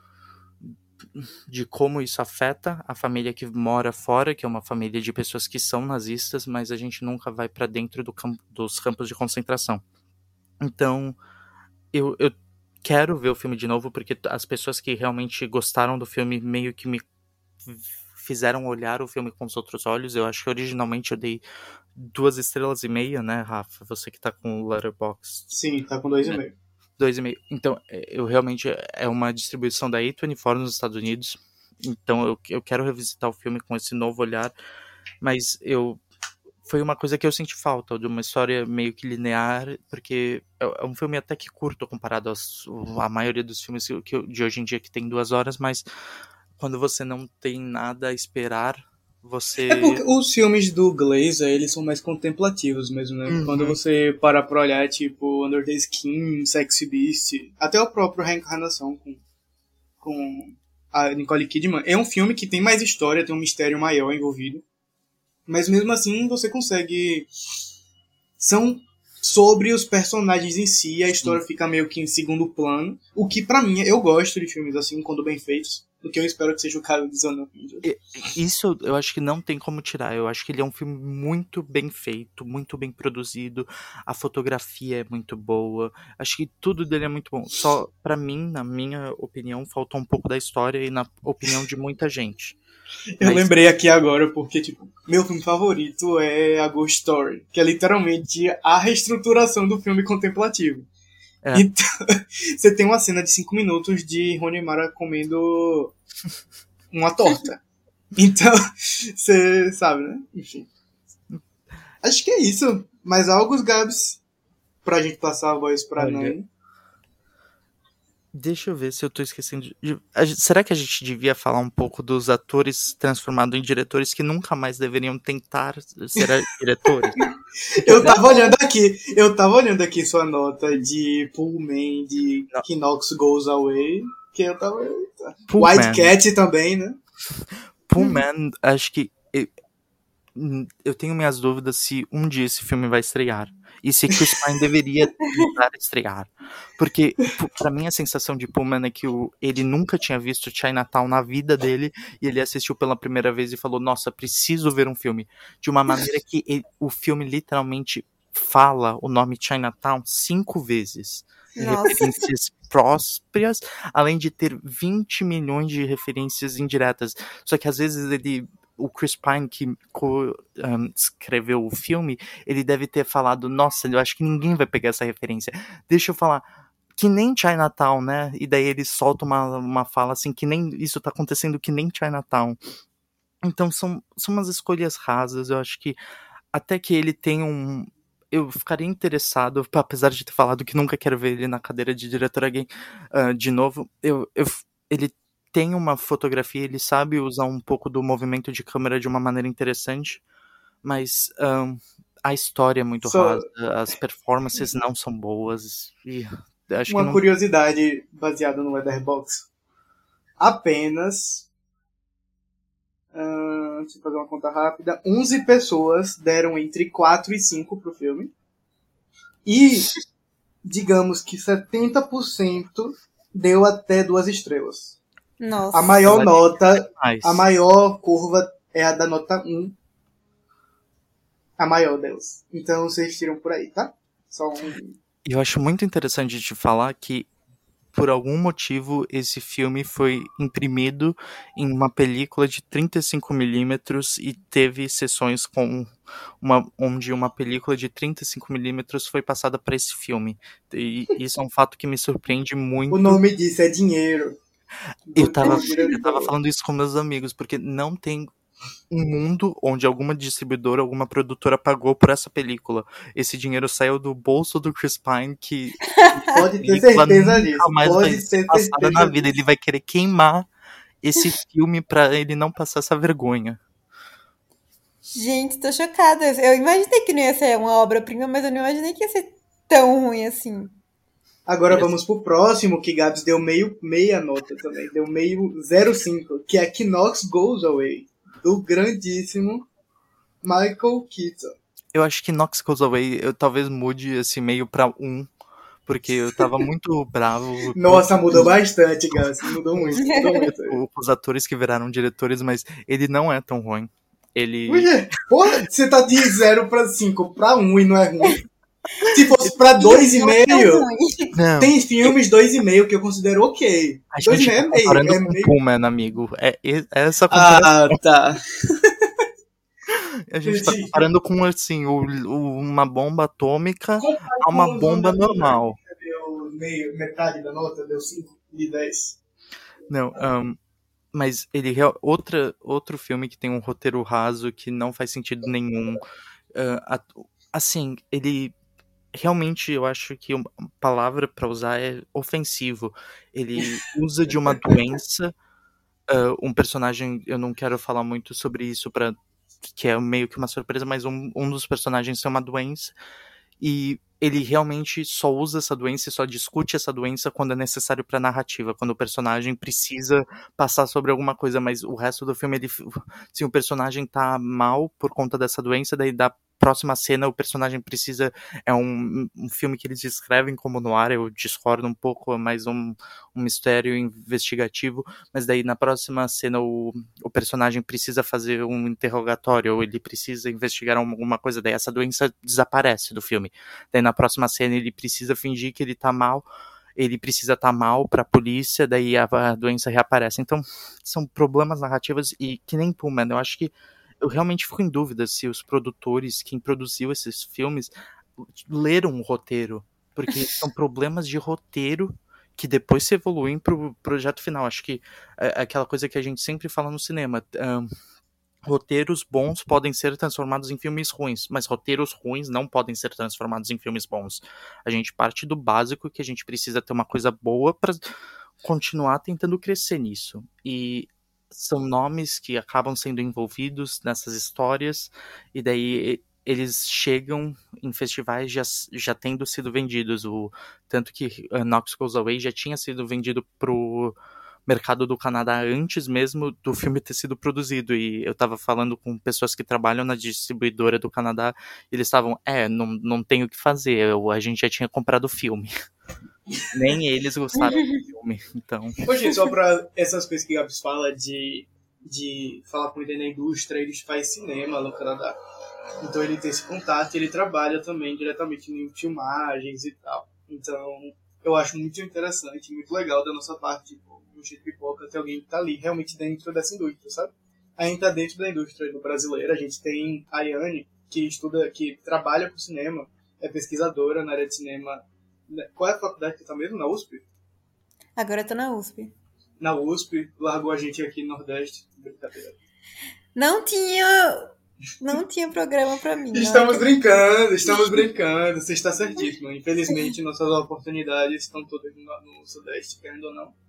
de como isso afeta a família que mora fora, que é uma família de pessoas que são nazistas, mas a gente nunca vai para dentro do campo, dos campos de concentração. Então, eu, eu quero ver o filme de novo, porque as pessoas que realmente gostaram do filme meio que me fizeram olhar o filme com os outros olhos. Eu acho que originalmente eu dei duas estrelas e meia, né, Rafa? Você que tá com o Letterboxd. Sim, tá com dois e meio. Dois e meio. Então, eu realmente... É uma distribuição da A vinte e quatro nos Estados Unidos. Então, eu, eu quero revisitar o filme com esse novo olhar. Mas eu... Foi uma coisa que eu senti falta, de uma história meio que linear, porque é um filme até que curto comparado aos, à maioria dos filmes que, de hoje em dia que tem duas horas, mas quando você não tem nada a esperar, você... É porque os filmes do Glazer, eles são mais contemplativos mesmo, né? Uhum. Quando você para pra olhar, tipo, Under the Skin, Sexy Beast, até o próprio Reencarnação com, com a Nicole Kidman, é um filme que tem mais história, tem um mistério maior envolvido. Mas mesmo assim você consegue... São sobre os personagens em si, a história Sim. fica meio que em segundo plano. O que pra mim, eu gosto de filmes assim, quando bem feitos. O que eu espero que seja o caso de Zona. Isso eu acho que não tem como tirar. Eu acho que ele é um filme muito bem feito, muito bem produzido. A fotografia é muito boa. Acho que tudo dele é muito bom. Só pra mim, na minha opinião, faltou um pouco da história e na opinião de muita gente. Eu Mas... lembrei aqui agora porque, tipo, meu filme favorito é A Ghost Story, que é literalmente a reestruturação do filme contemplativo. É. Então, você tem uma cena de cinco minutos de Rooney Mara comendo uma torta. Então, você sabe, né? Enfim. Acho que é isso. Mais algo, Gabs? Pra gente passar a voz pra Nani. Deixa eu ver se eu tô esquecendo de... Será que a gente devia falar um pouco dos atores transformados em diretores que nunca mais deveriam tentar ser diretores? Eu tava olhando aqui, eu tava olhando aqui sua nota de Pullman, de Knox Goes Away, que eu tava... White Cat também, né? Pullman, acho que... Eu, eu tenho minhas dúvidas se um dia esse filme vai estrear. E se Chris Pine deveria tentar estrear. Porque, pra mim, a sensação de Pullman é que o, ele nunca tinha visto Chinatown na vida dele, e ele assistiu pela primeira vez e falou, nossa, preciso ver um filme. De uma maneira que ele, o filme literalmente fala o nome Chinatown cinco vezes. Nossa. Referências próprias, além de ter vinte milhões de referências indiretas. Só que às vezes ele... O Chris Pine, que co- um, escreveu o filme, ele deve ter falado, nossa, eu acho que ninguém vai pegar essa referência. Deixa eu falar, que nem Chinatown, né? E daí ele solta uma, uma fala assim, que nem isso tá acontecendo, que nem Chinatown. Então são, são umas escolhas rasas, eu acho que até que ele tem um... Eu ficaria interessado, apesar de ter falado que nunca quero ver ele na cadeira de diretor alguém uh, de novo, eu, eu, ele tem uma fotografia, ele sabe usar um pouco do movimento de câmera de uma maneira interessante, mas um, a história é muito Só... rasa, as performances não são boas. E acho uma que não... curiosidade baseada no Letterboxd. Apenas, uh, deixa eu fazer uma conta rápida, onze pessoas deram entre quatro e cinco pro filme. E, digamos que setenta por cento deu até duas estrelas. Nossa. A maior nota, a maior curva é a da nota um. A maior delas. Então vocês tiram por aí, tá? Só um... Eu acho muito interessante de falar que, por algum motivo, esse filme foi imprimido em uma película de trinta e cinco milímetros e teve sessões com uma, onde uma película de trinta e cinco milímetros foi passada para esse filme. E isso é um fato que me surpreende muito. O nome disso é dinheiro. Eu tava, eu tava falando isso com meus amigos, porque não tem um mundo onde alguma distribuidora, alguma produtora pagou por essa película. Esse dinheiro saiu do bolso do Chris Pine, que pode ter certeza disso. Mais pode vai ter ser passada na vida. disso. Ele vai querer queimar esse filme pra ele não passar essa vergonha. Gente, tô chocada. Eu imaginei que não ia ser uma obra-prima, mas eu não imaginei que ia ser tão ruim assim. Agora vamos pro próximo, que Gabs deu meio, meia nota também. Deu meio zero vírgula cinco, que é Knox Goes Away, do grandíssimo Michael Keaton. eu acho que Knox Goes Away eu talvez mude assim meio pra um, porque eu tava muito bravo. Nossa, mudou bastante, Gus. Mudou muito, mudou muito. com os atores que viraram diretores, mas ele não é tão ruim. Ele. Ué, porra, você tá de zero pra cinco pra um e não é ruim. Se fosse pra dois e meio, Não. tem filmes dois e meio que eu considero ok. A Dois e gente meio é tá meio. comparando É com meio... Pullman, amigo. É, é essa comparação. Ah, tá. A gente tá Entendi. comparando com, assim, o, o- uma bomba atômica a uma bomba normal. Deu meio, metade da nota, deu cinco de dez. Não, ahn, mas ele real- outra, outro filme que tem um roteiro raso que não faz sentido nenhum. ah, a- assim, ele realmente eu acho que uma palavra pra usar é ofensivo. Ele usa de uma doença. ah, um personagem, eu não quero falar muito sobre isso para que é meio que uma surpresa, mas um, um dos personagens tem uma doença e ele realmente só usa essa doença e só discute essa doença quando é necessário pra narrativa, quando o personagem precisa passar sobre alguma coisa, mas o resto do filme, ele, se o personagem tá mal por conta dessa doença, daí da próxima cena o personagem precisa, é um, um filme que eles descrevem como noir, eu discordo um pouco, é mais um, um mistério investigativo, mas daí na próxima cena o, o personagem precisa fazer um interrogatório, ou ele precisa investigar alguma coisa, daí essa doença desaparece do filme. Daí na próxima cena ele precisa fingir que ele tá mal, ele precisa estar tá mal pra polícia, daí a, a doença reaparece. Então, são problemas narrativos e que nem Pullman, eu acho que eu realmente fico em dúvida se os produtores, quem produziu esses filmes, leram o roteiro, porque são problemas de roteiro que depois se evoluem pro projeto final. Acho que é aquela coisa que a gente sempre fala no cinema, um, roteiros bons podem ser transformados em filmes ruins, mas roteiros ruins não podem ser transformados em filmes bons. A gente parte do básico que a gente precisa ter uma coisa boa para continuar tentando crescer nisso. E são nomes que acabam sendo envolvidos nessas histórias, e daí eles chegam em festivais já, já tendo sido vendidos. O, tanto que uh, Knox Goes Away já tinha sido vendido pro mercado do Canadá antes mesmo do filme ter sido produzido, e eu tava falando com pessoas que trabalham na distribuidora do Canadá, e eles estavam, é, não, não tem o que fazer, eu, a gente já tinha comprado o filme. Nem eles gostaram do filme, então... Hoje, só pra essas coisas que o Gabs fala de, de falar com ele na indústria, ele faz cinema no Canadá. Então ele tem esse contato e ele trabalha também diretamente em filmagens e tal. Então eu acho muito interessante, muito legal da nossa parte, tipo, do Jeito Pipoca, ter alguém que tá ali realmente dentro dessa indústria, sabe? A gente tá dentro da indústria brasileira, a gente tem a Yane, que estuda, que trabalha com cinema, é pesquisadora na área de cinema. Qual é a faculdade que tá mesmo? Na U S P? Agora eu tô na U S P. Na U S P, largou a gente aqui no Nordeste. Brincadeira. Não tinha... Não tinha programa pra mim. Estamos brincando, estamos brincando. Você está certíssimo. Infelizmente, nossas oportunidades estão todas no, no Sudeste, querendo ou não.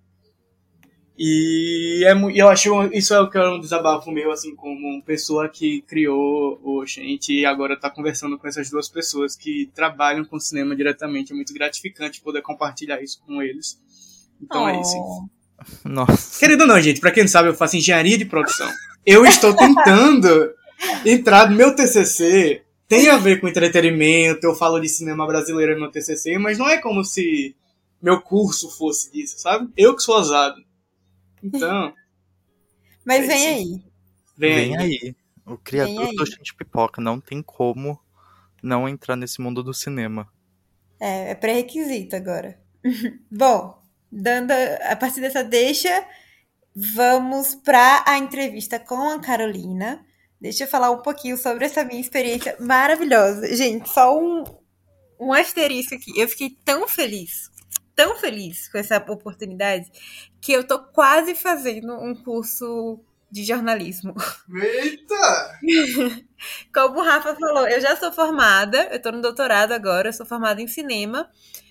E é, eu acho isso é o que é um desabafo meu, assim, como pessoa que criou o Oxente e agora está conversando com essas duas pessoas que trabalham com cinema diretamente. É muito gratificante poder compartilhar isso com eles. Então oh. é isso. Nossa. Querido ou não, gente, pra quem não sabe, eu faço engenharia de produção. Eu estou tentando entrar no meu T C C. Tem a ver com entretenimento, eu falo de cinema brasileiro no meu T C C, mas não é como se meu curso fosse disso, sabe? Eu que sou ousado. Então... Mas é vem isso. aí. Vem, Vem aí. aí. O criador do Oxente Pipoca. Não tem como não entrar nesse mundo do cinema. É, é pré-requisito agora. Bom, dando a partir dessa deixa, vamos para a entrevista com a Carolina. Deixa eu falar um pouquinho sobre essa minha experiência maravilhosa. Gente, só um, um asterisco aqui. Eu fiquei tão feliz, tão feliz com essa oportunidade, que eu tô quase fazendo um curso de jornalismo. Eita! Como o Rafa falou, eu já sou formada, eu tô no doutorado agora, eu sou formada em cinema,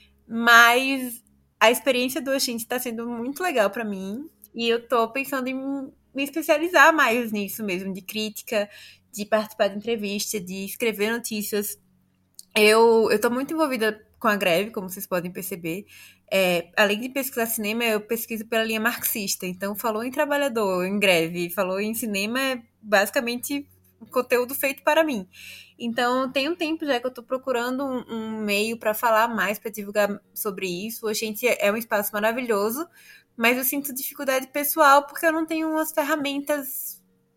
mas a experiência do Oxente tá sendo muito legal pra mim, e eu tô pensando em me especializar mais nisso mesmo, de crítica, de participar de entrevista, de escrever notícias. Eu, eu tô muito envolvida com a greve, como vocês podem perceber. É, além de pesquisar cinema, eu pesquiso pela linha marxista. Então, falou em trabalhador, em greve, falou em cinema, é basicamente um conteúdo feito para mim. Então, tem um tempo já que eu tô procurando um, um meio para falar mais, para divulgar sobre isso. A gente é um espaço maravilhoso, mas eu sinto dificuldade pessoal porque eu não tenho umas ferramentas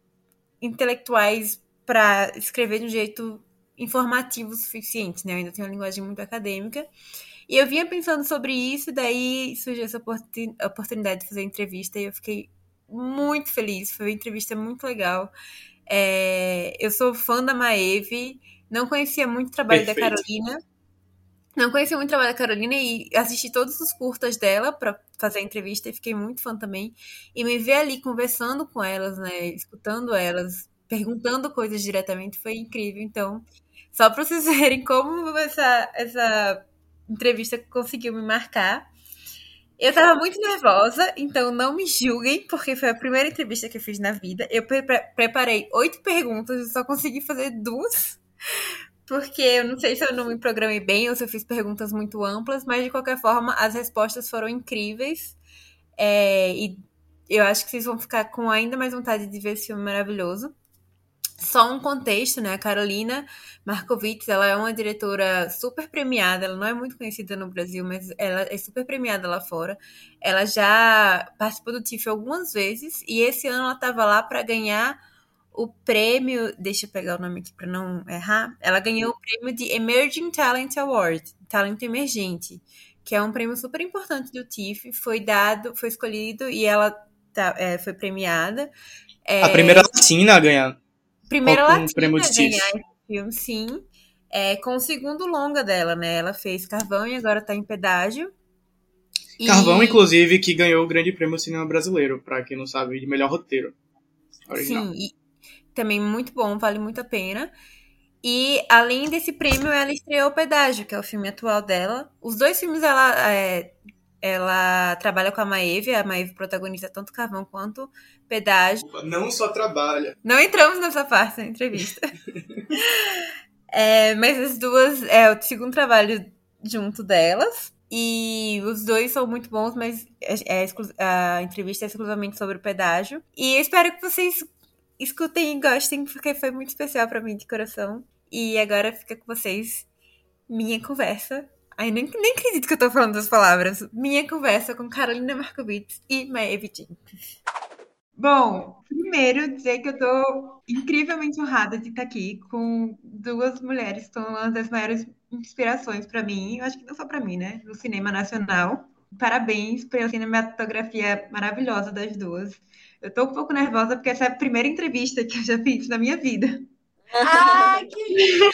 intelectuais para escrever de um jeito informativo o suficiente, né? Eu ainda tenho uma linguagem muito acadêmica. E eu vinha pensando sobre isso, e daí surgiu essa oportunidade de fazer entrevista, e eu fiquei muito feliz. Foi uma entrevista muito legal. É, eu sou fã da Maeve, não conhecia muito o trabalho Perfeito. da Carolina. Não conhecia muito o trabalho da Carolina e assisti todos os curtas dela para fazer a entrevista e fiquei muito fã também. E me ver ali conversando com elas, né, escutando elas, perguntando coisas diretamente, foi incrível. Então, só para vocês verem como essa, essa entrevista conseguiu me marcar. Eu tava muito nervosa, então não me julguem, porque foi a primeira entrevista que eu fiz na vida. Eu pre- preparei oito perguntas e só consegui fazer duas, porque eu não sei se eu não me programei bem ou se eu fiz perguntas muito amplas, mas de qualquer forma as respostas foram incríveis. É, e eu acho que vocês vão ficar com ainda mais vontade de ver esse filme maravilhoso. Só um contexto, né? A Carolina Markovits, ela é uma diretora super premiada, ela não é muito conhecida no Brasil, mas ela é super premiada lá fora. Ela já participou do T I F F algumas vezes e esse ano ela estava lá para ganhar o prêmio, deixa eu pegar o nome aqui para não errar, ela ganhou o prêmio de Emerging Talent Award, Talento Emergente, que é um prêmio super importante do T I F F, foi dado, foi escolhido e ela tá, é, foi premiada. É, a primeira latina a ganhar. Primeira um latina prêmio a de ganhar esse filme, sim. É, com o segundo longa dela, né? Ela fez Carvão e agora tá em Pedágio. E... Carvão, inclusive, que ganhou o Grande Prêmio do Cinema Brasileiro, pra quem não sabe, de melhor roteiro original. Sim, e também muito bom, vale muito a pena. E além desse prêmio, ela estreou o Pedágio, que é o filme atual dela. Os dois filmes ela, é, ela trabalha com a Maeve, a Maeve protagoniza tanto Carvão quanto Pedágio. Não só trabalha. Não entramos nessa parte da entrevista. é, mas as duas é o segundo trabalho junto delas. E os dois são muito bons, mas é, é, a entrevista é exclusivamente sobre o Pedágio. E eu espero que vocês escutem e gostem, porque foi muito especial pra mim de coração. E agora fica com vocês minha conversa. Ai, nem, nem acredito que eu tô falando as palavras. Minha conversa com Carolina Markovits e Maeve Jenkins. Bom, primeiro dizer que eu tô incrivelmente honrada de estar aqui com duas mulheres que são uma das maiores inspirações para mim, eu acho que não só para mim, né, no cinema nacional. Parabéns pela cinematografia maravilhosa das duas. Eu tô um pouco nervosa porque essa é a primeira entrevista que eu já fiz na minha vida. Ah, que lindo!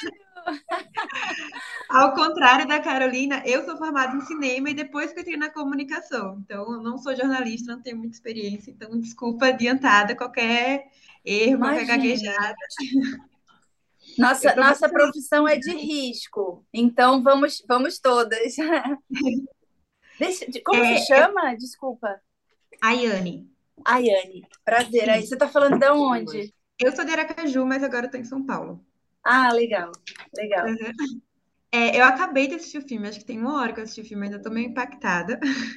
Ao contrário da Carolina, eu sou formada em cinema e depois que eu entrei na comunicação. Então, eu não sou jornalista, não tenho muita experiência. Então, desculpa adiantada qualquer erro, Imagina. qualquer gaguejada. Nossa, nossa profissão é de risco. Então, vamos, vamos todas. Deixa, como é, se chama? Eu... Desculpa. Ayane. Ayane, prazer. Aí, você está falando de onde? Eu sou de Aracaju, mas agora estou em São Paulo. Ah, legal. Legal. Uhum. É, eu acabei de assistir o filme, acho que tem uma hora que eu assisti o filme, ainda estou meio impactada.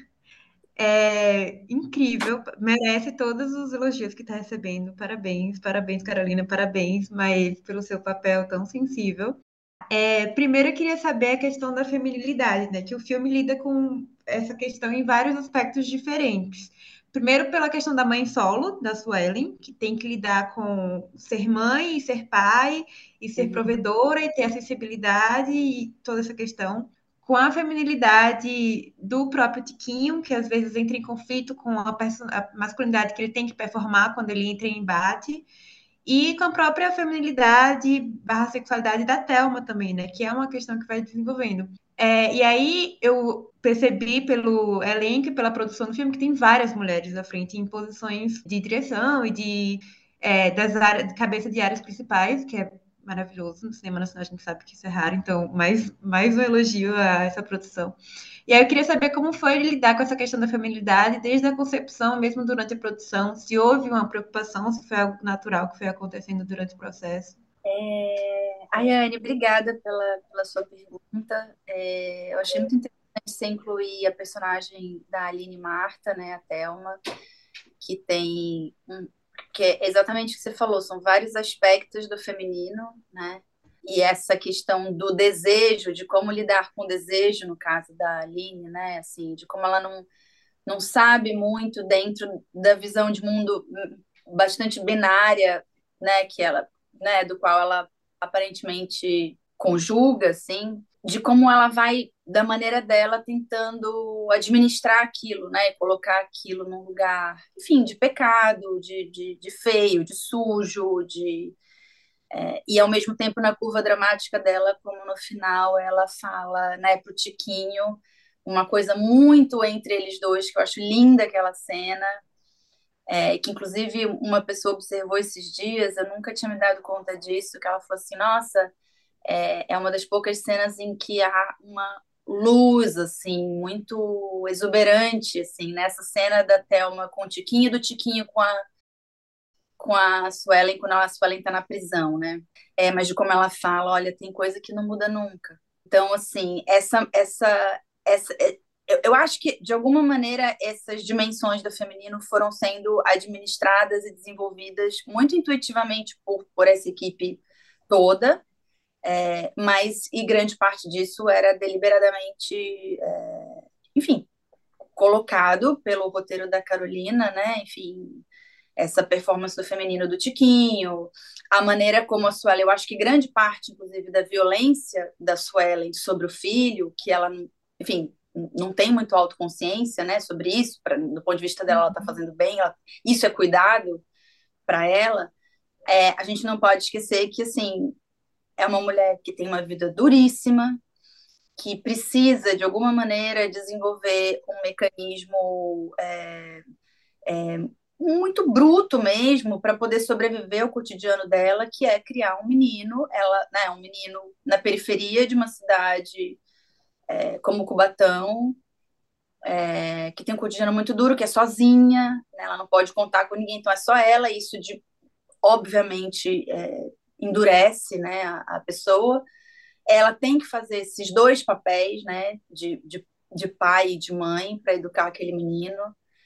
É incrível, merece todos os elogios que está recebendo. Parabéns, parabéns, Carolina, parabéns, Maeve, pelo seu papel tão sensível. É, primeiro, eu queria saber a questão da feminilidade, né? Que o filme lida com essa questão em vários aspectos diferentes. Primeiro, pela questão da mãe solo, da Suelen, que tem que lidar com ser mãe e ser pai, e ser uhum. provedora, e ter acessibilidade, e toda essa questão. Com a feminilidade do próprio Tiquinho, que às vezes entra em conflito com a, a masculinidade que ele tem que performar quando ele entra em embate. E com a própria feminilidade barra sexualidade da Thelma também, né? Que é uma questão que vai desenvolvendo. É, e aí eu percebi pelo elenco e pela produção do filme que tem várias mulheres à frente em posições de direção e de, é, das áreas, de cabeça de áreas principais, que é maravilhoso. No cinema nacional a gente sabe que isso é raro, então mais, mais um elogio a essa produção. E aí eu queria saber como foi lidar com essa questão da feminilidade desde a concepção, mesmo durante a produção, se houve uma preocupação, se foi algo natural que foi acontecendo durante o processo. É... Ayane, obrigada pela, pela sua pergunta. É... Eu achei muito interessante você incluir a personagem da Aline Marta, né, a Thelma, que tem um... que é exatamente o que você falou, são vários aspectos do feminino, né? E essa questão do desejo, de como lidar com o desejo, no caso da Aline, né? Assim, de como ela não, não sabe muito dentro da visão de mundo bastante binária, né? Que ela, né? Do qual ela aparentemente conjuga, assim, de como ela vai, da maneira dela, tentando administrar aquilo, né? Colocar aquilo num lugar, enfim, de pecado, de, de, de feio, de sujo, de é, e ao mesmo tempo na curva dramática dela, como no final ela fala, né, pro Tiquinho, uma coisa muito entre eles dois, que eu acho linda aquela cena, é, que inclusive uma pessoa observou esses dias, eu nunca tinha me dado conta disso, que ela falou assim, nossa, é, é uma das poucas cenas em que há uma luz, assim, muito exuberante, assim, nessa cena da Thelma com o Tiquinho e do Tiquinho com a com a Suelen quando a Suelen tá na prisão, né? É, mas de como ela fala, olha, tem coisa que não muda nunca. Então, assim, essa, essa, essa, é, eu, eu acho que de alguma maneira essas dimensões do feminino foram sendo administradas e desenvolvidas muito intuitivamente por, por essa equipe toda, é, mas e grande parte disso era deliberadamente, é, enfim, colocado pelo roteiro da Carolina, né? Enfim, essa performance do feminino do Tiquinho, a maneira como a Suelen, eu acho que grande parte, inclusive, da violência da Suelen sobre o filho, que ela, enfim, não tem muito autoconsciência, né, sobre isso, pra, do ponto de vista dela, ela está fazendo bem, ela, isso é cuidado para ela, é, a gente não pode esquecer que, assim, é uma mulher que tem uma vida duríssima, que precisa, de alguma maneira, desenvolver um mecanismo é, é, muito bruto mesmo para poder sobreviver ao cotidiano dela, que é criar um menino, ela, né, um menino na periferia de uma cidade é, como Cubatão, é, que tem um cotidiano muito duro, que é sozinha, né, ela não pode contar com ninguém, então é só ela, e isso de, obviamente é, endurece, né, a, a pessoa. Ela tem que fazer esses dois papéis, né, de, de, de pai e de mãe para educar aquele menino.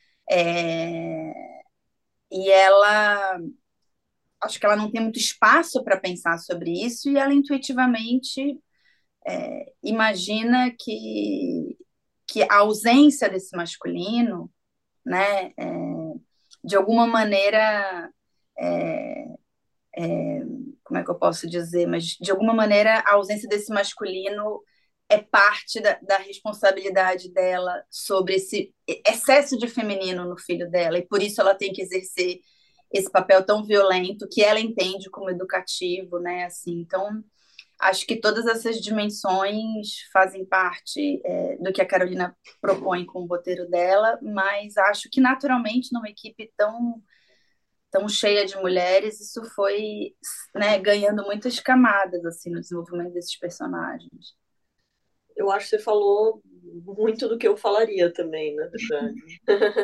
É, e ela, acho que ela não tem muito espaço para pensar sobre isso, e ela intuitivamente é, imagina que, que a ausência desse masculino, né, é, de alguma maneira, é, é, como é que eu posso dizer, mas de alguma maneira a ausência desse masculino é parte da, da responsabilidade dela sobre esse excesso de feminino no filho dela, e por isso ela tem que exercer esse papel tão violento que ela entende como educativo, né? Assim, então, acho que todas essas dimensões fazem parte é, do que a Carolina propõe com o roteiro dela, mas acho que naturalmente numa equipe tão tão cheia de mulheres, isso foi, né, ganhando muitas camadas assim no desenvolvimento desses personagens. Eu acho que você falou muito do que eu falaria também, na verdade.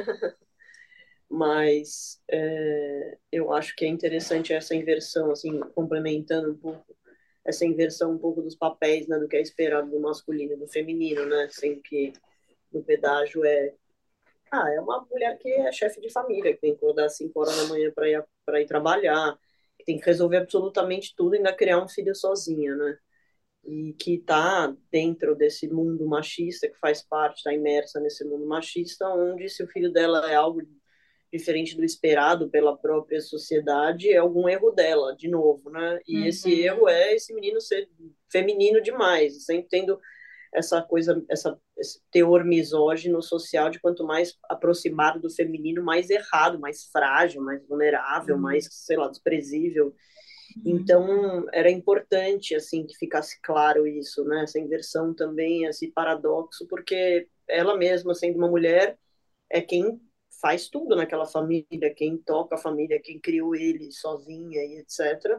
Mas é, eu acho que é interessante essa inversão, assim, complementando um pouco, essa inversão um pouco dos papéis, né, do que é esperado do masculino e do feminino, né, sendo que no pedágio é, ah, é uma mulher que é chefe de família, que tem que acordar às cinco horas da manhã para ir, para ir trabalhar, que tem que resolver absolutamente tudo e ainda criar um filho sozinha, né, e que está dentro desse mundo machista, que faz parte, está imersa nesse mundo machista, onde se o filho dela é algo diferente do esperado pela própria sociedade, é algum erro dela, de novo, né? E uhum. esse erro é esse menino ser feminino demais, sempre tendo essa coisa, essa, esse teor misógino social de quanto mais aproximado do feminino, mais errado, mais frágil, mais vulnerável, uhum. mais, sei lá, desprezível. Uhum. Então, era importante, assim, que ficasse claro isso, né? Essa inversão também, esse paradoxo, porque ela mesma, sendo uma mulher, é quem faz tudo naquela família, quem toca a família, quem criou ele sozinha e etcétera.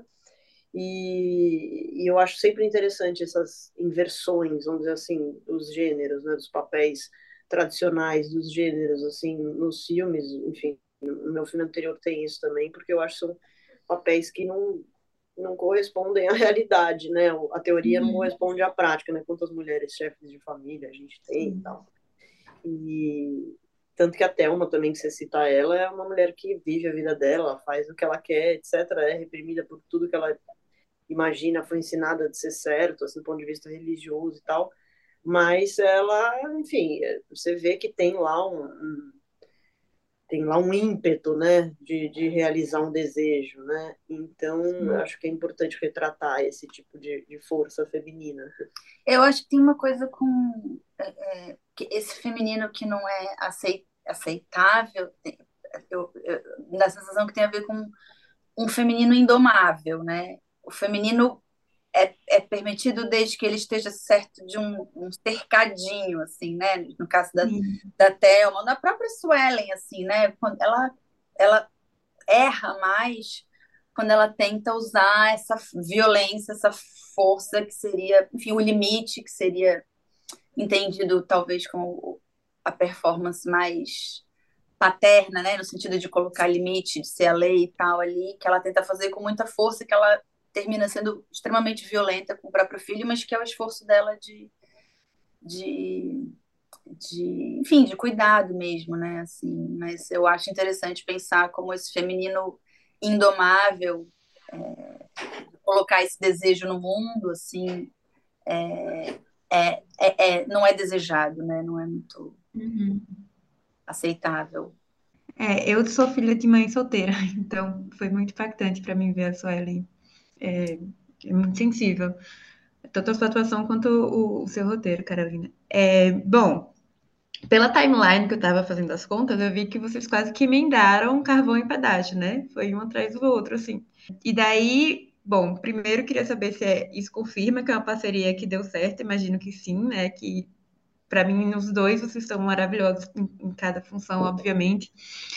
E, e eu acho sempre interessante essas inversões, vamos dizer assim, dos gêneros, né, dos papéis tradicionais dos gêneros, assim, nos filmes, enfim, no meu filme anterior tem isso também, porque eu acho que são papéis que não, não correspondem à realidade, né, a teoria não corresponde à prática, né, quantas mulheres chefes de família a gente tem e tal. E Tanto que a Thelma também, que você cita ela, é uma mulher que vive a vida dela, faz o que ela quer, etcétera. É reprimida por tudo que ela imagina, foi ensinada de ser certo, assim, do ponto de vista religioso e tal. Mas ela, enfim, você vê que tem lá um, um tem lá um ímpeto, né, de, de realizar um desejo, né? Então, eu acho que é importante retratar esse tipo de, de força feminina. Eu acho que tem uma coisa com é, é, que esse feminino que não é acei- aceitável, tem- eu, eu, dá a sensação que tem a ver com um feminino indomável, né? O feminino é, é permitido desde que ele esteja certo de um, um cercadinho, assim, né? No caso da, Sim. da Thelma, da própria Suelen, assim, né? Quando ela, ela erra mais quando ela tenta usar essa violência, essa força que seria, enfim, o limite que seria entendido talvez como a performance mais paterna, né, no sentido de colocar limite, de ser a lei e tal ali, que ela tenta fazer com muita força, que ela termina sendo extremamente violenta com o próprio filho, mas que é o esforço dela de, de, de enfim, de cuidado mesmo, né, assim, mas eu acho interessante pensar como esse feminino indomável, é, colocar esse desejo no mundo, assim, é, é, é, é, não é desejado, né, não é muito Uhum. aceitável. É, eu sou filha de mãe solteira, então foi muito impactante para mim ver a Suelen. É, é muito sensível, tanto a sua atuação quanto o, o seu roteiro, Carolina. É, bom, pela timeline que eu estava fazendo as contas, eu vi que vocês quase que emendaram Carvão e Pedágio, né? Foi um atrás do outro, assim. E daí, bom, primeiro eu queria saber se é, isso confirma que é uma parceria que deu certo, imagino que sim, né? Que para mim, nos dois, vocês são maravilhosos em, em cada função, obviamente.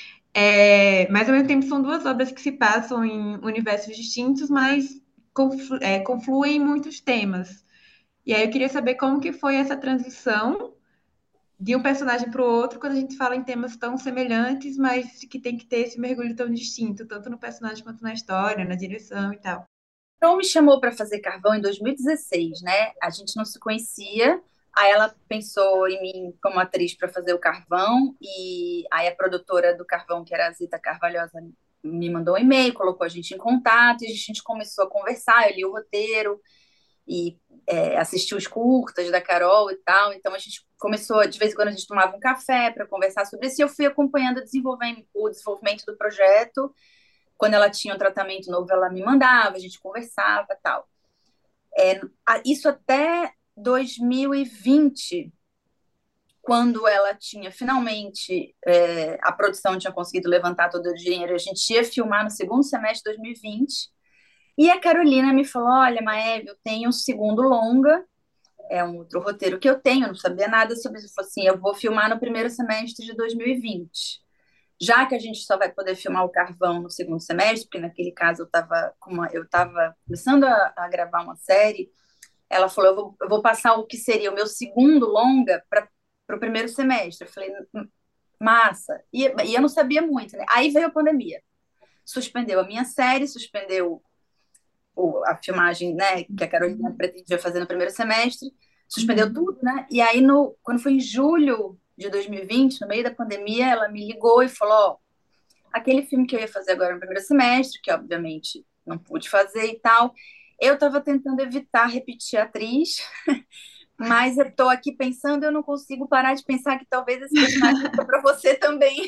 É, mas ao mesmo tempo são duas obras que se passam em universos distintos, mas conflu, é, confluem em muitos temas. E aí eu queria saber como que foi essa transição de um personagem para o outro quando a gente fala em temas tão semelhantes, mas que tem que ter esse mergulho tão distinto, tanto no personagem quanto na história, na direção e tal. Então me chamou para fazer Carvão em dois mil e dezesseis, né? A gente não se conhecia. Aí ela pensou em mim como atriz para fazer o Carvão e aí a produtora do Carvão, que era a Zita Carvalhosa, me mandou um e-mail, colocou a gente em contato e a gente começou a conversar. Eu li o roteiro e é, assisti os curtas da Carol e tal. Então a gente começou, de vez em quando a gente tomava um café para conversar sobre isso e eu fui acompanhando o desenvolvimento, o desenvolvimento do projeto. Quando ela tinha um tratamento novo, ela me mandava, a gente conversava e tal. É, isso até dois mil e vinte, quando ela tinha finalmente, é, a produção tinha conseguido levantar todo o dinheiro, a gente ia filmar no segundo semestre de dois mil e vinte, e a Carolina me falou, olha, Maeve, eu tenho um segundo longa, é um outro roteiro que eu tenho, eu não sabia nada sobre isso, eu falei assim, eu vou filmar no primeiro semestre de dois mil e vinte. Já que a gente só vai poder filmar o Carvão no segundo semestre, porque naquele caso eu estava eu estava começando a, a gravar uma série, ela falou, eu vou, eu vou passar o que seria o meu segundo longa para o primeiro semestre. Eu falei, massa. E, e eu não sabia muito, né? Aí veio a pandemia. Suspendeu a minha série, suspendeu o, a filmagem, né, que a Carolina pretendia fazer no primeiro semestre, suspendeu uhum. tudo, né? E aí, no, quando foi em julho de dois mil e vinte, no meio da pandemia, ela me ligou e falou, ó, aquele filme que eu ia fazer agora no primeiro semestre, que obviamente não pude fazer e tal, eu estava tentando evitar repetir a atriz, mas eu estou aqui pensando, eu não consigo parar de pensar que talvez esse personagem seja para você também.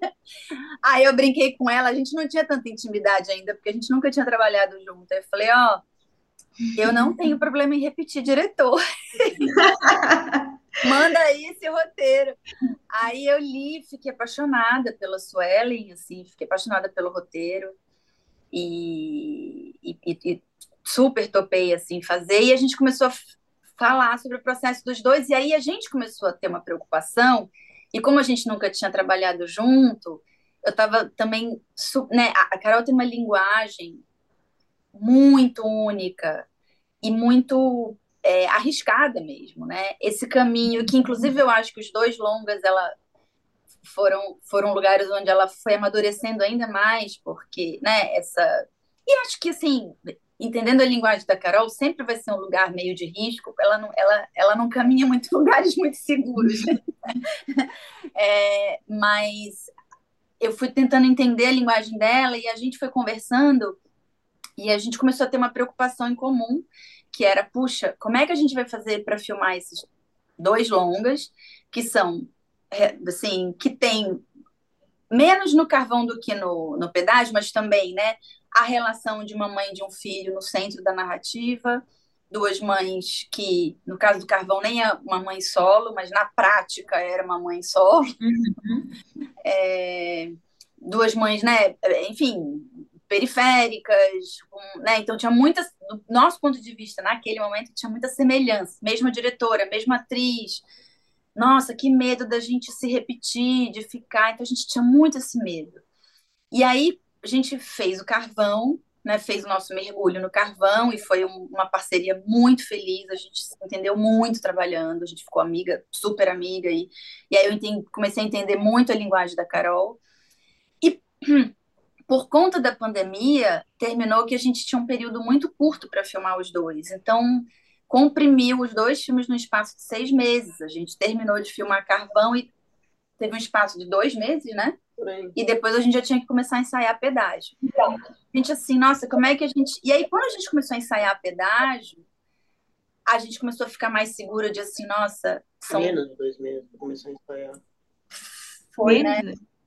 Aí eu brinquei com ela, a gente não tinha tanta intimidade ainda, porque a gente nunca tinha trabalhado junto. Aí eu falei, ó, eu não tenho problema em repetir diretor. Manda aí esse roteiro. Aí eu li, fiquei apaixonada pela Suelen, assim, fiquei apaixonada pelo roteiro e, e, e super topei, assim, fazer. E a gente começou a falar sobre o processo dos dois, e aí a gente começou a ter uma preocupação, e como a gente nunca tinha trabalhado junto, eu estava também, né, a Carol tem uma linguagem muito única e muito é, arriscada mesmo, né? Esse caminho que, inclusive, eu acho que os dois longas ela foram foram lugares onde ela foi amadurecendo ainda mais, porque, né? Essa e acho que assim entendendo a linguagem da Carol, sempre vai ser um lugar meio de risco, ela não, ela, ela não caminha muito em lugares muito seguros. É, mas eu fui tentando entender a linguagem dela e a gente foi conversando e a gente começou a ter uma preocupação em comum, que era, puxa, como é que a gente vai fazer para filmar esses dois longas, que são, assim, que tem menos no carvão do que no, no pedágio, mas também, né, a relação de uma mãe e de um filho no centro da narrativa, duas mães que, no caso do carvão, nem é uma mãe solo, mas na prática era uma mãe solo. Uhum. É, duas mães, né, enfim, periféricas, com, né, então tinha muitas, do nosso ponto de vista, naquele momento, tinha muita semelhança, mesma diretora, mesma atriz. Nossa, que medo da gente se repetir, de ficar, então a gente tinha muito esse medo. E aí a gente fez o carvão, né, fez o nosso mergulho no carvão e foi um, uma parceria muito feliz, a gente se entendeu muito trabalhando, a gente ficou amiga, super amiga, e, e aí eu entendi, comecei a entender muito a linguagem da Carol. E por conta da pandemia, terminou que a gente tinha um período muito curto para filmar os dois, então comprimiu os dois filmes no espaço de seis meses, a gente terminou de filmar Carvão e teve um espaço de dois meses, né? E depois a gente já tinha que começar a ensaiar pedágio. Então, a gente assim, nossa, como é que a gente... E aí, quando a gente começou a ensaiar pedágio, a gente começou a ficar mais segura de assim, nossa... São... Menos de dois meses para começar a ensaiar. Foi, né?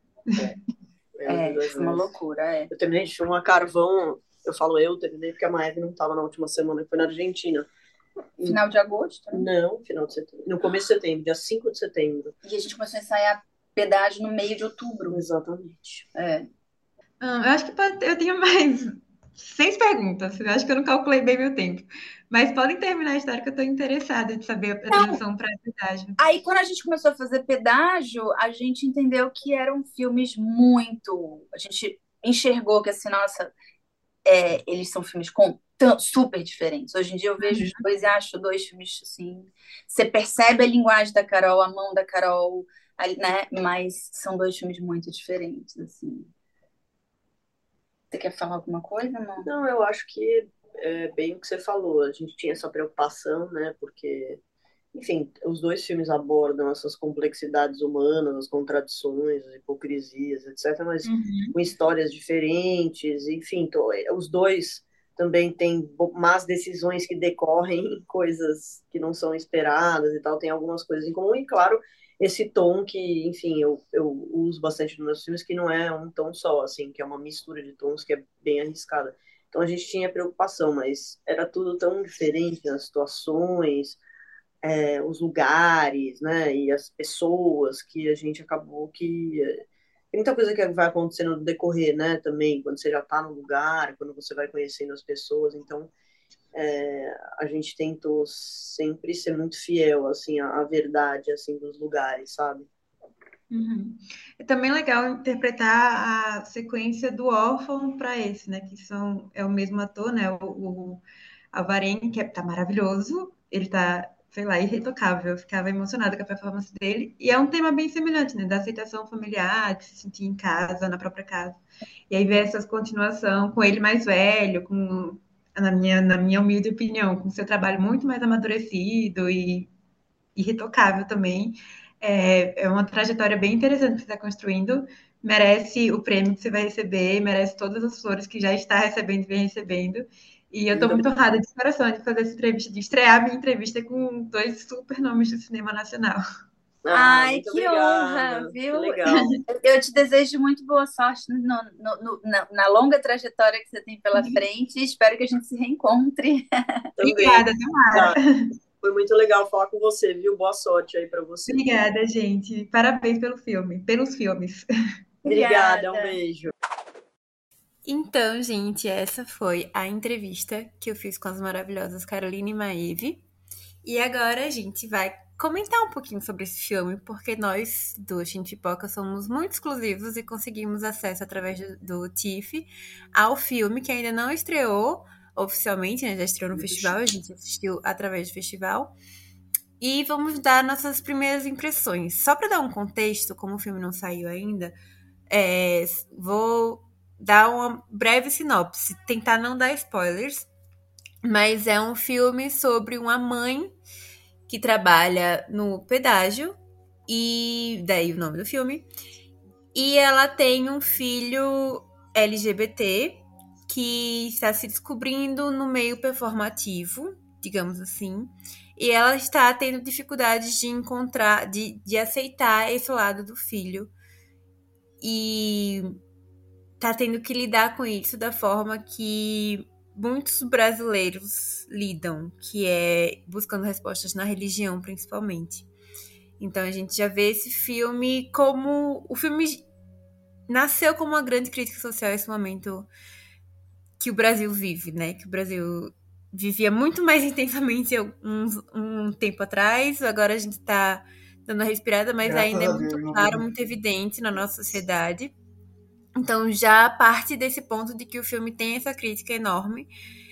É, é foi uma loucura, é. Eu terminei de filmar Carvão, eu falo eu, terminei porque a Maeve não estava na última semana, foi na Argentina. Final de agosto? Né? Não, final de setembro. No começo de setembro, dia cinco de setembro. E a gente começou a ensaiar pedágio no meio de outubro. Exatamente. É. Ah, eu acho que pode... eu tenho mais seis perguntas. Eu acho que eu não calculei bem meu tempo. Mas podem terminar a história que eu estou interessada de saber a transição para pedágio. Aí, quando a gente começou a fazer pedágio, a gente entendeu que eram filmes muito... A gente enxergou que, assim, nossa, é, eles são filmes com super diferentes. Hoje em dia eu vejo os dois e acho dois filmes assim. Você percebe a linguagem da Carol, a mão da Carol, né? Mas são dois filmes muito diferentes, assim. Você quer falar alguma coisa, não? Não, eu acho que é bem o que você falou. A gente tinha essa preocupação, né? Porque, enfim, os dois filmes abordam essas complexidades humanas, as contradições, as hipocrisias, etcétera. Mas uhum. com histórias diferentes, enfim, os dois também tem más decisões que decorrem em coisas que não são esperadas e tal, tem algumas coisas em comum, e claro, esse tom que, enfim, eu, eu uso bastante nos meus filmes, que não é um tom só, assim, que é uma mistura de tons que é bem arriscada. Então a gente tinha preocupação, mas era tudo tão diferente, as situações, é, os lugares, né, e as pessoas, que a gente acabou que... Tem muita coisa que vai acontecendo no decorrer, né, também, quando você já está no lugar, quando você vai conhecendo as pessoas, então é, a gente tentou sempre ser muito fiel, assim, à, à verdade, assim, dos lugares, sabe? Uhum. É também legal interpretar a sequência do órfão para esse, né, que são, é o mesmo ator, né, o, o Alvarenga, que é, tá maravilhoso, ele tá... sei lá, irretocável, eu ficava emocionada com a performance dele, e é um tema bem semelhante, né, da aceitação familiar, de se sentir em casa, na própria casa, e aí ver essa continuação com ele mais velho, com, na minha, na minha humilde opinião, com seu trabalho muito mais amadurecido e irretocável também, é, é uma trajetória bem interessante que você está construindo, merece o prêmio que você vai receber, merece todas as flores que já está recebendo e vem recebendo. E eu estou muito honrada de coração de fazer essa entrevista, de estrear minha entrevista com dois super nomes do cinema nacional. Ah, Ai, que obrigada. Honra, viu? Que legal. Eu te desejo muito boa sorte no, no, no, na, na longa trajetória que você tem pela frente e espero que a gente se reencontre. Obrigada, Tamara. Foi muito legal falar com você, viu? Boa sorte aí para você. Obrigada, gente. Parabéns pelo filme, pelos filmes. Obrigada, um beijo. Então, gente, essa foi a entrevista que eu fiz com as maravilhosas Caroline e Maeve. E agora a gente vai comentar um pouquinho sobre esse filme, porque nós do Gente Pipoca somos muito exclusivos e conseguimos acesso através do, do T I F F ao filme, que ainda não estreou oficialmente, né? Já estreou no festival, a gente assistiu através do festival. E vamos dar nossas primeiras impressões. Só para dar um contexto, como o filme não saiu ainda, é, vou... dar uma breve sinopse, tentar não dar spoilers, mas é um filme sobre uma mãe que trabalha no pedágio, e daí o nome do filme, e ela tem um filho L G B T que está se descobrindo no meio performativo, digamos assim, e ela está tendo dificuldades de encontrar, de, de aceitar esse lado do filho, e tá tendo que lidar com isso da forma que muitos brasileiros lidam, que é buscando respostas na religião, principalmente. Então a gente já vê esse filme como... O filme nasceu como uma grande crítica social esse momento que o Brasil vive, né? Que o Brasil vivia muito mais intensamente um, um tempo atrás, agora a gente tá dando uma respirada, mas Graças ainda é a muito Deus, não claro, vi. muito evidente na nossa sociedade. Então já parte desse ponto de que o filme tem essa crítica enorme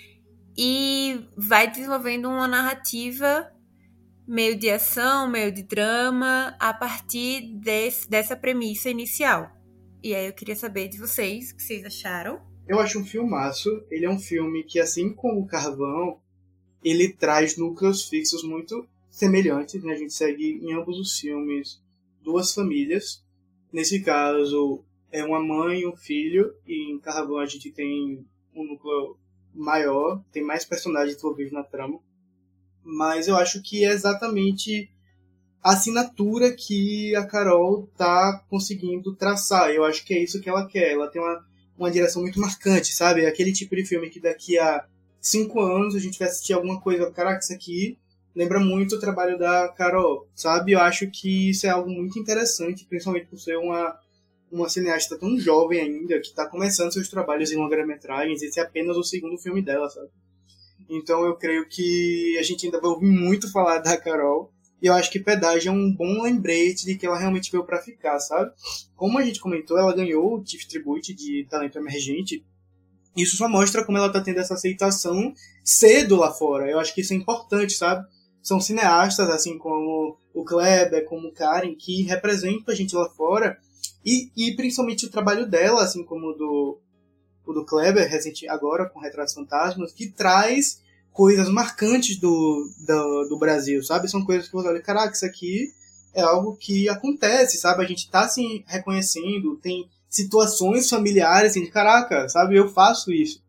e vai desenvolvendo uma narrativa meio de ação, meio de drama, a partir desse, dessa premissa inicial. E aí eu queria saber de vocês, o que vocês acharam? Eu acho um filmaço. Ele é um filme que, assim como o Carvão, ele traz núcleos fixos muito semelhantes, né? A gente segue em ambos os filmes duas famílias. Nesse caso, é uma mãe e um filho, e em Carvão a gente tem um núcleo maior, tem mais personagens envolvidos na trama. Mas eu acho que é exatamente a assinatura que a Carol tá conseguindo traçar. Eu acho que é isso que ela quer. Ela tem uma, uma direção muito marcante, sabe? Aquele tipo de filme que daqui a cinco anos a gente vai assistir alguma coisa, caraca, isso aqui lembra muito o trabalho da Carol, sabe? Eu acho que isso é algo muito interessante, principalmente por ser uma, uma cineasta tão jovem ainda, que está começando seus trabalhos em longa-metragens. Esse é apenas o segundo filme dela, sabe? Então eu creio que a gente ainda vai ouvir muito falar da Carol. E eu acho que Pedágio é um bom lembrete de que ela realmente veio pra ficar, sabe? Como a gente comentou, ela ganhou o Tiff Tribute de talento emergente. Isso só mostra como ela tá tendo essa aceitação cedo lá fora. Eu acho que isso é importante, sabe? São cineastas, assim como o Kleber, como o Karen, que representam a gente lá fora. E, e principalmente o trabalho dela, assim como o do, o do Kleber, recente, agora com Retratos Fantasmas, que traz coisas marcantes do, do, do Brasil, sabe? São coisas que você olha, caraca, isso aqui é algo que acontece, sabe? A gente tá se assim, reconhecendo, tem situações familiares, assim, de caraca, sabe? Eu faço isso.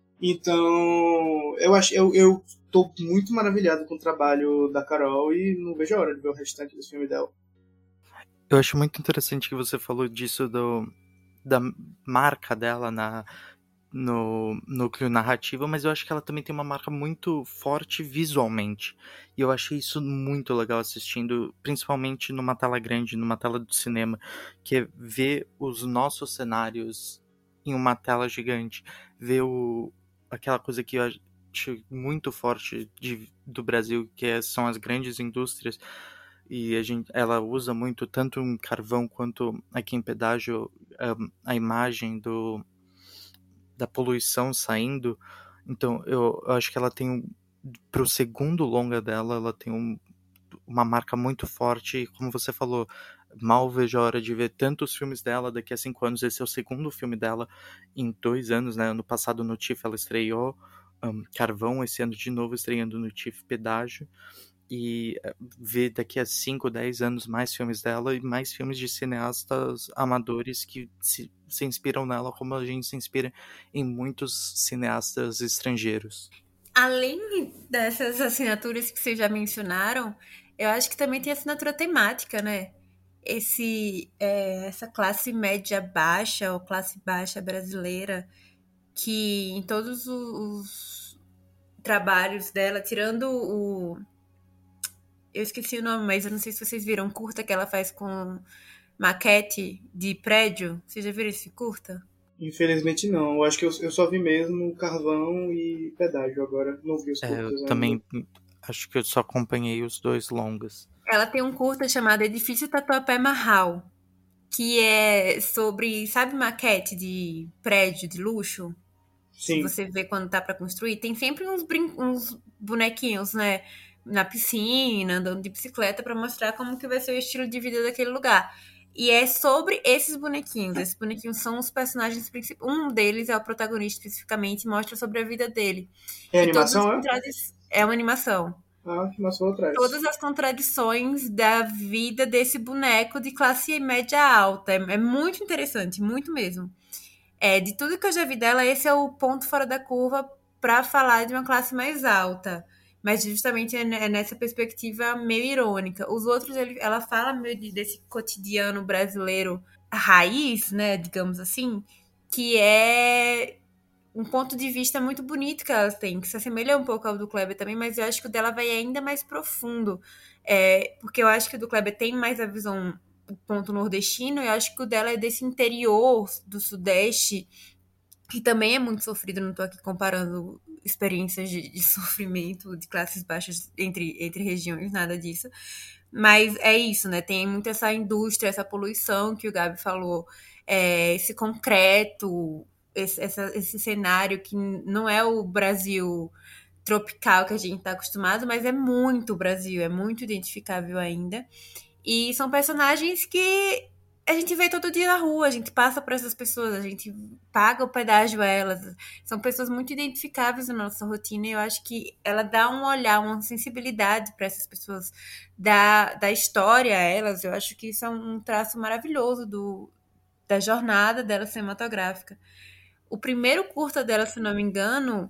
Então, eu acho, eu, eu tô muito maravilhado com o trabalho da Carol e não vejo a hora de ver o restante do filme dela. Eu acho muito interessante que você falou disso do, da marca dela na... no núcleo narrativo, mas eu acho que ela também tem uma marca muito forte visualmente, e eu achei isso muito legal assistindo, principalmente numa tela grande, numa tela do cinema, que é ver os nossos cenários em uma tela gigante, ver o, aquela coisa que eu acho muito forte de, do Brasil, que é, são as grandes indústrias, e a gente, ela usa muito, tanto em Carvão quanto aqui em Pedágio, um, a imagem do da poluição saindo. Então eu, eu acho que ela tem um, pro segundo longa dela, ela tem um, uma marca muito forte, e como você falou, mal vejo a hora de ver tantos filmes dela daqui a cinco anos. Esse é o segundo filme dela em dois anos, né? Ano passado no Tiff ela estreou um, Carvão, esse ano de novo estreando no Tiff Pedágio, e ver daqui a cinco, dez anos mais filmes dela e mais filmes de cineastas amadores que se, se inspiram nela, como a gente se inspira em muitos cineastas estrangeiros. Além dessas assinaturas que vocês já mencionaram, eu acho que também tem assinatura temática, né? Esse, é, essa classe média baixa ou classe baixa brasileira, que em todos os trabalhos dela, tirando o... Eu esqueci o nome, mas eu não sei se vocês viram, curta que ela faz com maquete de prédio. Vocês já viram esse curta? Infelizmente não. Eu acho que eu, eu só vi mesmo Carvão e Pedágio. Agora não vi os curtas. É, eu ainda. também acho que eu só acompanhei os dois longas. Ela tem um curta chamado Edifício Tatuapé Marral, que é sobre, sabe, maquete de prédio de luxo? Sim. Que você vê quando tá pra construir. Tem sempre uns, brin- uns bonequinhos, né? Na piscina, andando de bicicleta, pra mostrar como que vai ser o estilo de vida daquele lugar. E é sobre esses bonequinhos. Esses bonequinhos são os personagens principais. Um deles é o protagonista especificamente e mostra sobre a vida dele. É e todas as animação, é? contradi- É uma animação. Ah, que passou atrás. Todas as contradições da vida desse boneco de classe média alta. É, é muito interessante, muito mesmo. É, de tudo que eu já vi dela, esse é o ponto fora da curva para falar de uma classe mais alta. Mas justamente é ne- é nessa perspectiva meio irônica. Os outros, ele- ela fala meio de- desse cotidiano brasileiro raiz, né, digamos assim, que é um ponto de vista muito bonito que ela tem, que se assemelha um pouco ao do Kleber também, mas eu acho que o dela vai ainda mais profundo. É, porque eu acho que o do Kleber tem mais a visão, o ponto nordestino, e eu acho que o dela é desse interior do Sudeste, que também é muito sofrido. Não tô aqui comparando experiências de, de sofrimento de classes baixas entre, entre regiões, nada disso. Mas é isso, né? Tem muito essa indústria, essa poluição que o Gabi falou, é, esse concreto, esse, essa- esse cenário que não é o Brasil tropical que a gente está acostumado, mas é muito Brasil, é muito identificável ainda. E são personagens que a gente vê todo dia na rua, a gente passa por essas pessoas, a gente paga o pedágio a elas. São pessoas muito identificáveis na nossa rotina e eu acho que ela dá um olhar, uma sensibilidade para essas pessoas, da, da história a elas. Eu acho que isso é um traço maravilhoso do, da jornada dela cinematográfica. O primeiro curta dela, se não me engano,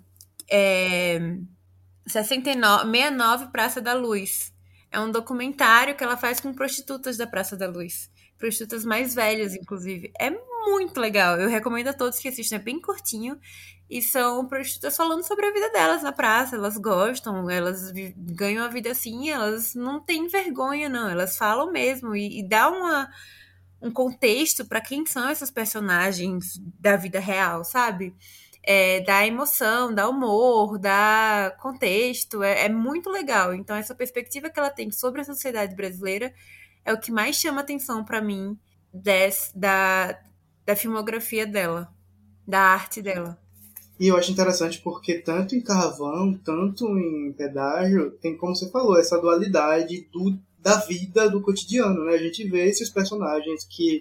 é sessenta e nove, sessenta e nove Praça da Luz. É um documentário que ela faz com prostitutas da Praça da Luz. Prostitutas mais velhas, inclusive. É muito legal. Eu recomendo a todos que assistam. É bem curtinho. E são prostitutas falando sobre a vida delas na praça. Elas gostam, elas vi- ganham a vida assim. Elas não têm vergonha, não. Elas falam mesmo. E, e dá uma, um contexto para quem são essas personagens da vida real, sabe? É, dá emoção, dá humor, dá contexto, é, é muito legal. Então, essa perspectiva que ela tem sobre a sociedade brasileira é o que mais chama atenção para mim des, da, da filmografia dela, da arte dela. E eu acho interessante porque tanto em Carvão, tanto em Pedágio, tem, como você falou, essa dualidade do, da vida, do cotidiano, né? A gente vê esses personagens que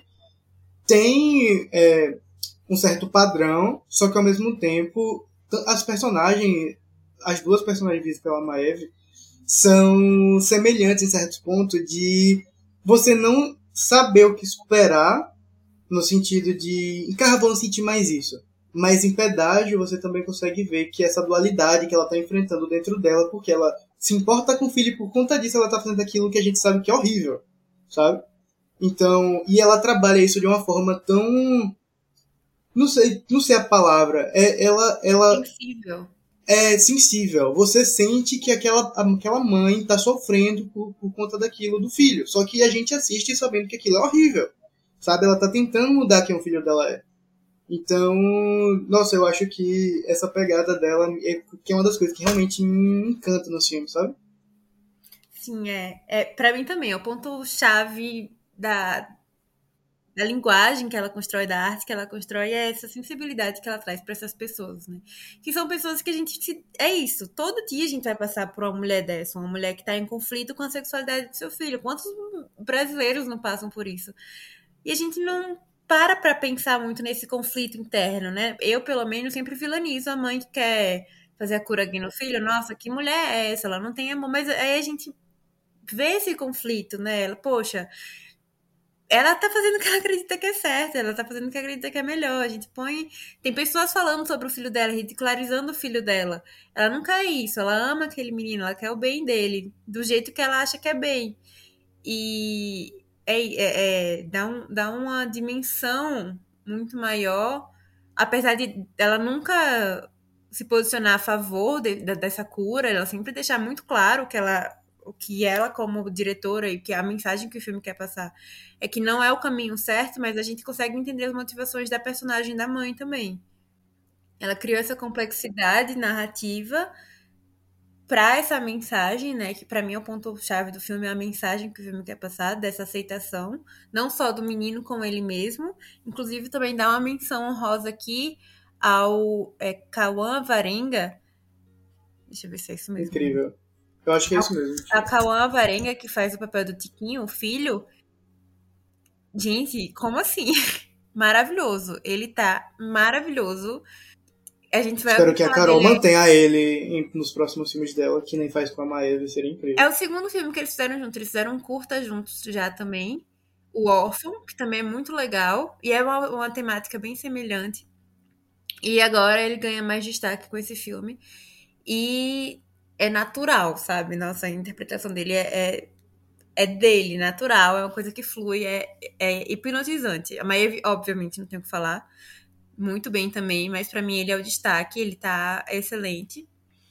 têm é, um certo padrão, só que ao mesmo tempo t- as personagens, as duas personagens vistas pela Maeve, são semelhantes em certos pontos de você não saber o que esperar, no sentido de... Em Carvão eu senti mais isso. Mas em Pedágio você também consegue ver que essa dualidade que ela está enfrentando dentro dela, porque ela se importa com o filho e por conta disso ela está fazendo aquilo que a gente sabe que é horrível, sabe? Então, e ela trabalha isso de uma forma tão... Não sei, não sei a palavra. É, ela, ela Sensível. é sensível. Você sente que aquela, aquela mãe está sofrendo por, por conta daquilo do filho. Só que a gente assiste sabendo que aquilo é horrível. Sabe? Ela tá tentando mudar quem o filho dela é. Então, nossa, eu acho que essa pegada dela é, que é uma das coisas que realmente me encanta no filme, sabe? Sim, é. é para mim também, é o ponto-chave da, da linguagem que ela constrói, da arte que ela constrói, é essa sensibilidade que ela traz para essas pessoas, né? Que são pessoas que a gente... se- É isso, todo dia a gente vai passar por uma mulher dessa, uma mulher que está em conflito com a sexualidade do seu filho. Quantos brasileiros não passam por isso? E a gente não para pra pensar muito nesse conflito interno, né? Eu, pelo menos, sempre vilanizo a mãe que quer fazer a cura aqui no filho. Nossa, que mulher é essa? Ela não tem amor. Mas aí a gente vê esse conflito, né? Ela, poxa, ela tá fazendo o que ela acredita que é certo, ela tá fazendo o que acredita que é melhor. A gente põe. Tem pessoas falando sobre o filho dela, ridicularizando o filho dela. Ela não quer isso, ela ama aquele menino, ela quer o bem dele, do jeito que ela acha que é bem. E é, é- é- dá, um- dá uma dimensão muito maior, apesar de ela nunca se posicionar a favor de- da- dessa cura, ela sempre deixar muito claro que ela, o que ela, como diretora, e que a mensagem que o filme quer passar é que não é o caminho certo, mas a gente consegue entender as motivações da personagem da mãe também. Ela criou essa complexidade narrativa para essa mensagem, né, que para mim é o ponto-chave do filme, é a mensagem que o filme quer passar, dessa aceitação, não só do menino com ele mesmo, inclusive também dá uma menção honrosa aqui ao é, Cauã Varenga, deixa eu ver se é isso mesmo. Incrível. Eu acho que é isso mesmo. A Cauã Varenga, que faz o papel do Tiquinho, o filho, Gente, como assim? Maravilhoso. Ele tá maravilhoso. A gente vai Espero que a falar Carol dele. mantenha ele em- nos próximos filmes dela, que nem faz com a Maeve, seria incrível. É o segundo filme que eles fizeram juntos. Eles fizeram um curta juntos já também. O Órfão, que também é muito legal. E é uma, uma temática bem semelhante. E agora ele ganha mais destaque com esse filme. E é natural, sabe? Nossa, a interpretação dele é, é, é dele, natural. É uma coisa que flui, é, é hipnotizante. A Maeve, obviamente, não tenho o que falar. Muito bem também, mas pra mim ele é o destaque. Ele tá excelente.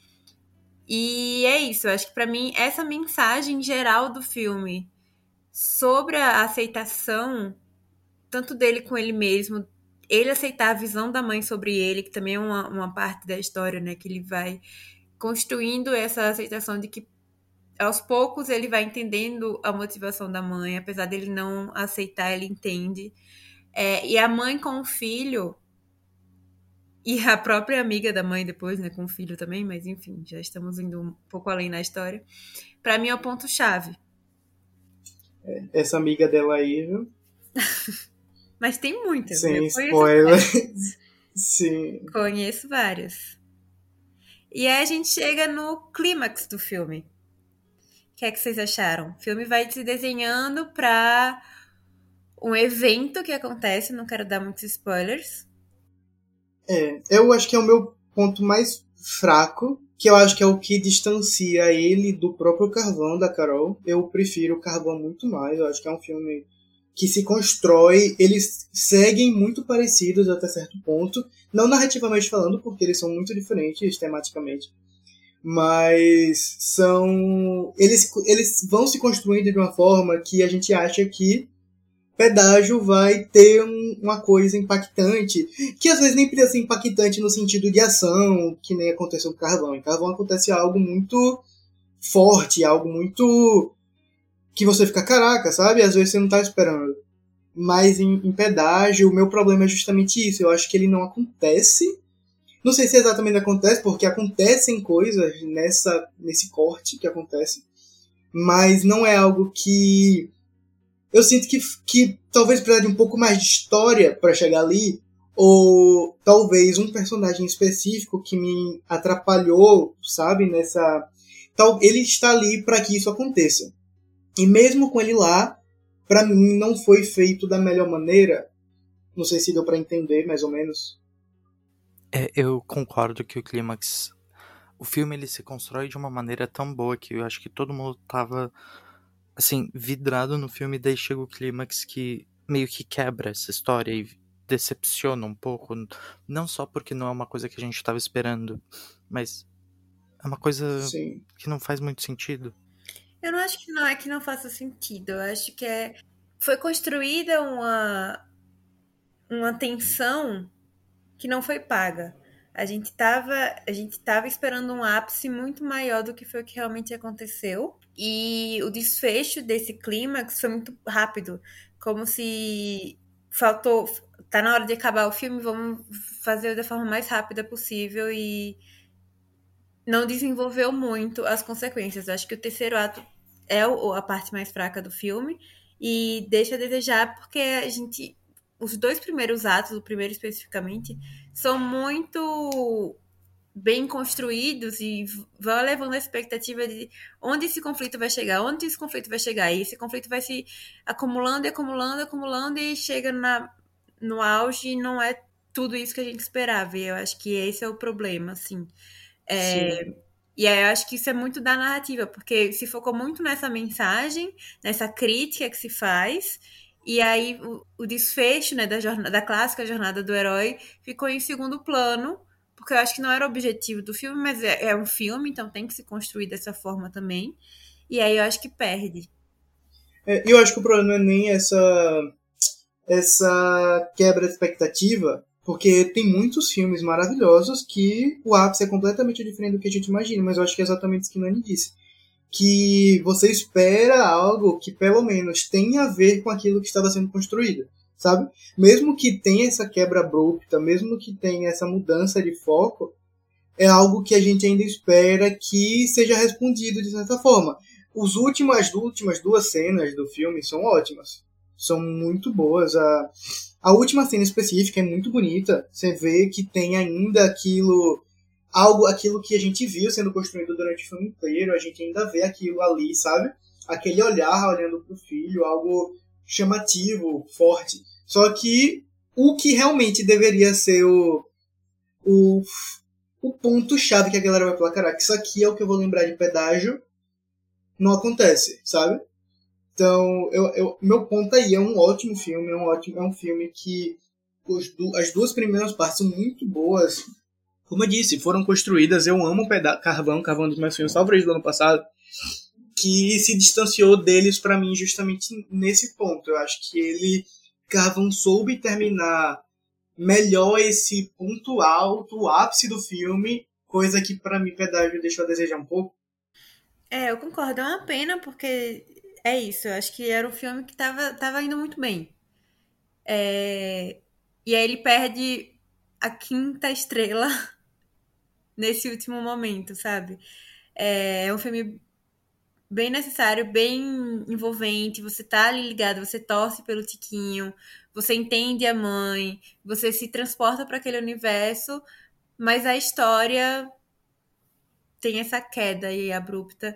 E é isso, eu acho que pra mim essa mensagem geral do filme sobre a aceitação, tanto dele com ele mesmo, ele aceitar a visão da mãe sobre ele, que também é uma, uma parte da história, né? Que ele vai construindo essa aceitação de que aos poucos ele vai entendendo a motivação da mãe, apesar dele não aceitar, ele entende. É, e a mãe com o filho, e a própria amiga da mãe depois, né, com o filho também, mas enfim, já estamos indo um pouco além na história. Pra mim é o ponto-chave. É, essa amiga dela aí, viu? Mas tem muitas, Sem né? Eu conheço spoiler. várias. Sim. Conheço várias. E aí a gente chega no clímax do filme. O que é que vocês acharam? O filme vai se desenhando pra um evento que acontece, não quero dar muitos spoilers. É, eu acho que é o meu ponto mais fraco, que eu acho que é o que distancia ele do próprio Carvão, da Carol. Eu prefiro o Carvão muito mais, eu acho que é um filme que se constrói, eles seguem muito parecidos até certo ponto, não narrativamente falando, porque eles são muito diferentes tematicamente, mas são eles, eles vão se construindo de uma forma que a gente acha que Pedágio vai ter um, uma coisa impactante, que às vezes nem precisa ser impactante no sentido de ação, que nem aconteceu com Carvão. Em Carvão acontece algo muito forte, algo muito que você fica, caraca, sabe? Às vezes você não tá esperando. Mas em, em Pedágio, o meu problema é justamente isso. Eu acho que ele não acontece. Não sei se exatamente acontece, porque acontecem coisas nessa, nesse corte que acontece. Mas não é algo que... Eu sinto que, que talvez precise de um pouco mais de história para chegar ali, ou talvez um personagem específico que me atrapalhou, sabe, nessa... Tal, ele está ali para que isso aconteça. E mesmo com ele lá, para mim não foi feito da melhor maneira. Não sei se deu para entender, mais ou menos. É, eu concordo que o clímax... O filme ele se constrói de uma maneira tão boa que eu acho que todo mundo tava... assim, vidrado no filme, daí chega o clímax que meio que quebra essa história e decepciona um pouco, não só porque não é uma coisa que a gente estava esperando, mas é uma coisa Sim. que não faz muito sentido. Eu não acho que não é que não faça sentido, eu acho que é foi construída uma uma tensão que não foi paga. A gente tava, a gente tava esperando um ápice muito maior do que foi o que realmente aconteceu. E o desfecho desse clímax foi muito rápido. Como se faltou... Tá na hora de acabar o filme, vamos fazer da forma mais rápida possível e não desenvolveu muito as consequências. Eu acho que o terceiro ato é a parte mais fraca do filme e deixa a desejar porque a gente... Os dois primeiros atos, o primeiro especificamente, são muito bem construídos e vão levando a expectativa de onde esse conflito vai chegar, onde esse conflito vai chegar. E esse conflito vai se acumulando, acumulando, acumulando e chega na, no auge e não é tudo isso que a gente esperava. E eu acho que esse é o problema, assim. É, e aí eu acho que isso é muito da narrativa, porque se focou muito nessa mensagem, nessa crítica que se faz... E aí o, o desfecho, né, da, jornada, da clássica jornada do herói ficou em segundo plano, porque eu acho que não era o objetivo do filme, mas é, é um filme, então tem que se construir dessa forma também. E aí eu acho que perde. É, eu acho que o problema não é nem essa, essa quebra de expectativa, porque tem muitos filmes maravilhosos que o ápice é completamente diferente do que a gente imagina, mas eu acho que é exatamente isso que o Nani disse. Que você espera algo que pelo menos tenha a ver com aquilo que estava sendo construído, sabe? Mesmo que tenha essa quebra abrupta, mesmo que tenha essa mudança de foco, é algo que a gente ainda espera que seja respondido de certa forma. Os últimos, as últimas duas cenas do filme são ótimas. são muito boas. A, a última cena específica é muito bonita. Você vê que tem ainda aquilo, algo, aquilo que a gente viu sendo construído durante o filme inteiro. A gente ainda vê aquilo ali, sabe? Aquele olhar olhando pro filho, algo chamativo, forte. Só que o que realmente deveria ser o, o, o ponto-chave que a galera vai falar, caraca, isso aqui é o que eu vou lembrar de Pedágio, não acontece, sabe? Então, eu, eu, meu ponto aí é um ótimo filme, é um, ótimo, é um filme que os, as duas primeiras partes são muito boas. Como eu disse, foram construídas, eu amo Peda- Carvão, Carvão dos meus filmes favoritos do ano passado, que se distanciou deles pra mim justamente nesse ponto. Eu acho que ele, Carvão, soube terminar melhor esse ponto alto, o ápice do filme, coisa que pra mim Pedágio deixou a desejar um pouco. É, eu concordo. É uma pena, porque é isso. Eu acho que era um filme que tava, tava indo muito bem. É, e aí ele perde a quinta estrela nesse último momento, sabe? É, é um filme bem necessário, bem envolvente. Você tá ali ligado, você torce pelo Tiquinho, você entende a mãe, você se transporta para aquele universo, mas a história tem essa queda aí abrupta,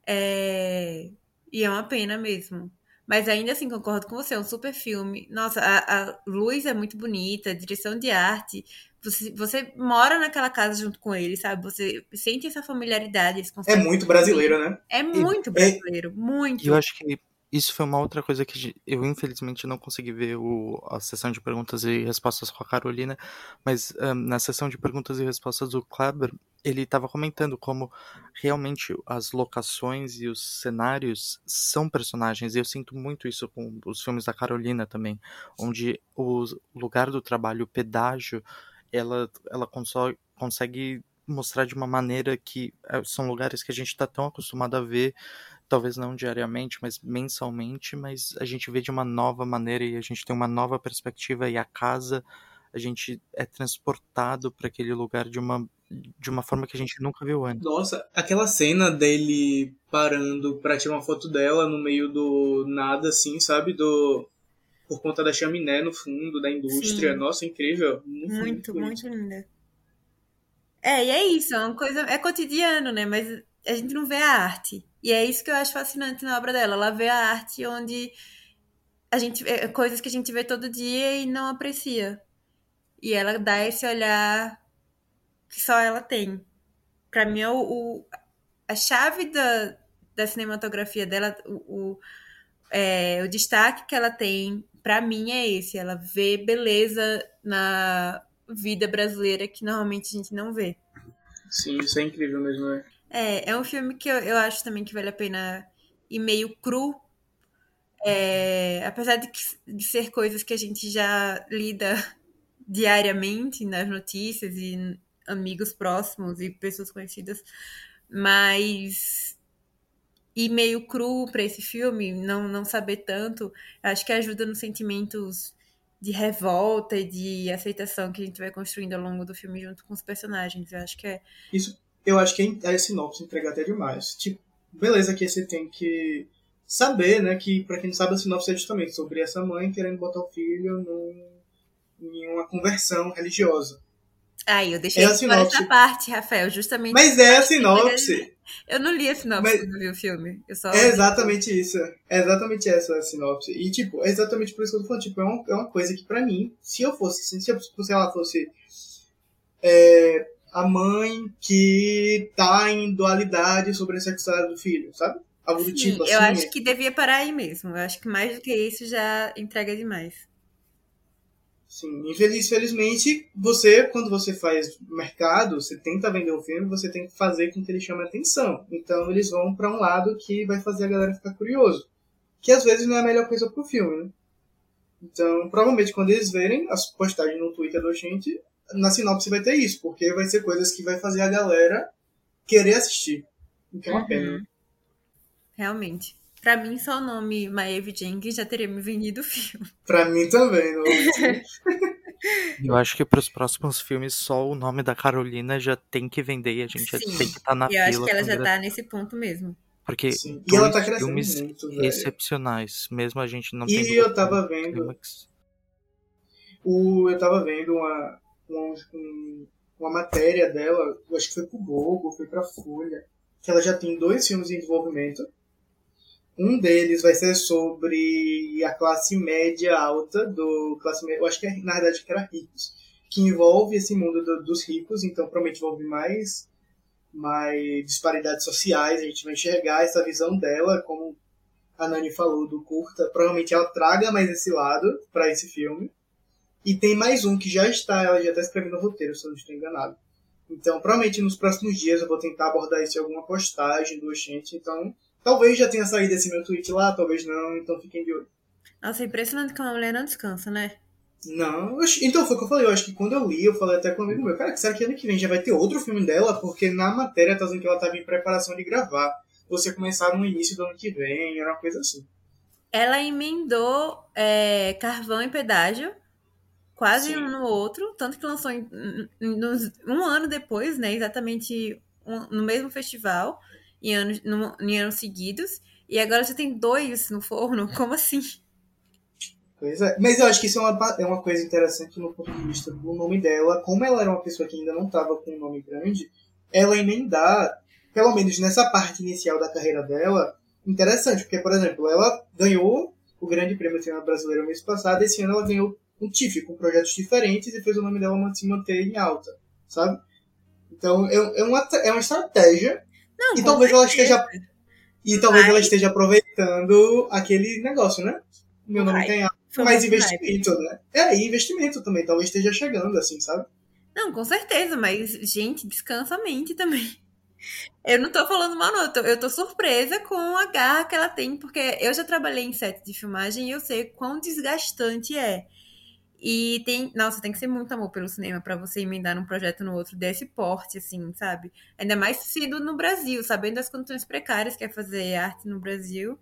é, e é uma pena mesmo. Mas ainda assim, concordo com você, é um super filme. Nossa, a, a luz é muito bonita, a direção de arte. Você, você mora naquela casa junto com ele, sabe? Você sente essa familiaridade. Eles É conseguem muito brasileiro, né? É muito E- brasileiro, E muito. eu acho que isso foi uma outra coisa que ge- eu, infelizmente, não consegui ver o, a sessão de perguntas e respostas com a Carolina, mas ahn, na sessão de perguntas e respostas do Kleber, ele estava comentando como realmente as locações e os cenários são personagens, e eu sinto muito isso com os filmes da Carolina também, onde o lugar do trabalho, o pedágio, ela, ela conso- consegue mostrar de uma maneira que eh, são lugares que a gente está tão acostumado a ver, talvez não diariamente, mas mensalmente, mas a gente vê de uma nova maneira e a gente tem uma nova perspectiva, e a casa, a gente é transportado para aquele lugar de uma, de uma forma que a gente nunca viu antes. Nossa, aquela cena dele parando pra tirar uma foto dela no meio do nada, assim, sabe? Do, por conta da chaminé no fundo, da indústria. Sim. Nossa, incrível. Muito, muito, Muito, bonito. muito linda. É, e é isso, é uma coisa, é cotidiano, né? Mas a gente não vê a arte. E é isso que eu acho fascinante na obra dela. Ela vê a arte onde a gente é, coisas que a gente vê todo dia e não aprecia. E ela dá esse olhar que só ela tem. Pra mim, é o, o- a chave da, da cinematografia dela, o, o, é, o destaque que ela tem, pra mim, é esse. Ela vê beleza na vida brasileira que normalmente a gente não vê. Sim, isso é incrível mesmo, né? É, é um filme que eu, eu acho também que vale a pena ir meio cru. É, apesar de, que- de ser coisas que a gente já lida diariamente nas notícias e em amigos próximos e pessoas conhecidas, mas ir meio cru pra esse filme, não, não saber tanto, acho que ajuda nos sentimentos de revolta e de aceitação que a gente vai construindo ao longo do filme junto com os personagens. Eu acho que é. Isso, eu acho que a sinopse entrega até demais. Tipo, beleza que você tem que saber, né, que pra quem não sabe a sinopse é justamente sobre essa mãe querendo botar o filho num, em uma conversão religiosa. Aí, eu deixei É a de fora sinopse. essa parte, Rafael, justamente. Mas é a sinopse. Eu não li a sinopse Mas- quando vi o filme. Eu só É exatamente isso. É exatamente essa a sinopse. E, tipo, é exatamente por isso que eu tô falando. Tipo, é uma, é uma coisa que, pra mim, se eu fosse, se eu, se ela fosse é, a mãe que tá em dualidade sobre a sexualidade do filho, sabe? Algo do Sim, tipo, assim. eu acho que devia parar aí mesmo. Eu acho que mais do que isso já entrega demais. Sim, infeliz, felizmente, você, quando você faz mercado, você tenta vender o filme, você tem que fazer com que ele chame a atenção. Então, eles vão pra um lado que vai fazer a galera ficar curioso. Que, às vezes, não é a melhor coisa pro filme, né? Então, provavelmente, quando eles verem as postagens no Twitter da gente, na sinopse vai ter isso, porque vai ser coisas que vai fazer a galera querer assistir. O que é uma pena. Uhum. Realmente. Pra mim, só o nome Maeve Jenkins já teria me vendido o filme. Pra mim também, não. Eu acho que para os próximos filmes só o nome da Carolina já tem que vender e a gente já Sim, tem que estar na e eu acho fila. que ela com já gra- tá nesse ponto mesmo. Porque Sim. E ela tá dois crescendo filmes muito, velho. excepcionais, mesmo a gente não E tendo eu tava vendo, clímax. o, eu tava vendo uma, uma, um- uma matéria dela, eu acho que foi pro Globo, foi pra Folha, que ela já tem dois filmes em desenvolvimento. Um deles vai ser sobre a classe média alta do classe média, eu acho que é, na verdade que era ricos, que envolve esse mundo do- dos ricos, então provavelmente envolve mais, mais disparidades sociais, a gente vai enxergar essa visão dela, como a Nani falou do curta, provavelmente ela traga mais esse lado para esse filme. E tem mais um que já está, ela já está escrevendo o roteiro, se eu não estou enganado. Então, provavelmente nos próximos dias eu vou tentar abordar isso em alguma postagem do Oxente. Então, talvez já tenha saído esse meu tweet lá, talvez não, então fiquem de olho. Nossa, é impressionante que uma mulher não descansa, né? Não, eu acho- então foi o que eu falei, eu acho que quando eu li, eu falei até com um amigo meu, cara, será que ano que vem já vai ter outro filme dela? Porque na matéria tá dizendo que ela estava em preparação de gravar. Você começar no início do ano que vem, era uma coisa assim. Ela emendou é, Carvão e Pedágio, quase Sim. um no outro, tanto que lançou em- em- nos- um ano depois, né? Exatamente um- no mesmo festival, em anos, no- em anos seguidos. E agora já tem dois no forno. Como assim? Pois é. Mas eu acho que isso é uma, pa- é uma coisa interessante no ponto de vista do nome dela. Como ela era uma pessoa que ainda não estava com um nome grande, ela emendar, pelo menos nessa parte inicial da carreira dela, interessante. Porque, por exemplo, ela ganhou o Grande Prêmio do Cinema Brasileiro no mês passado. Esse ano ela ganhou um T I F, com projetos diferentes, e fez o nome dela se manter em alta, sabe? Então, é, é, uma, é uma estratégia. Não, E com talvez ela certeza. esteja E talvez Mas- ela esteja aproveitando aquele negócio, né? Meu O nome hype. tem alto, Foi mas muito investimento, né? É, e investimento também, talvez esteja chegando, assim, sabe? Não, com certeza, mas, gente, descansa a mente também. Eu não tô falando mal, não. Eu tô, eu tô surpresa com a garra que ela tem, porque eu já trabalhei em set de filmagem e eu sei quão desgastante é. E tem. Nossa, tem que ser muito amor pelo cinema pra você emendar um projeto no outro desse porte, assim, sabe? Ainda mais sendo no Brasil, sabendo das condições precárias que é fazer arte no Brasil.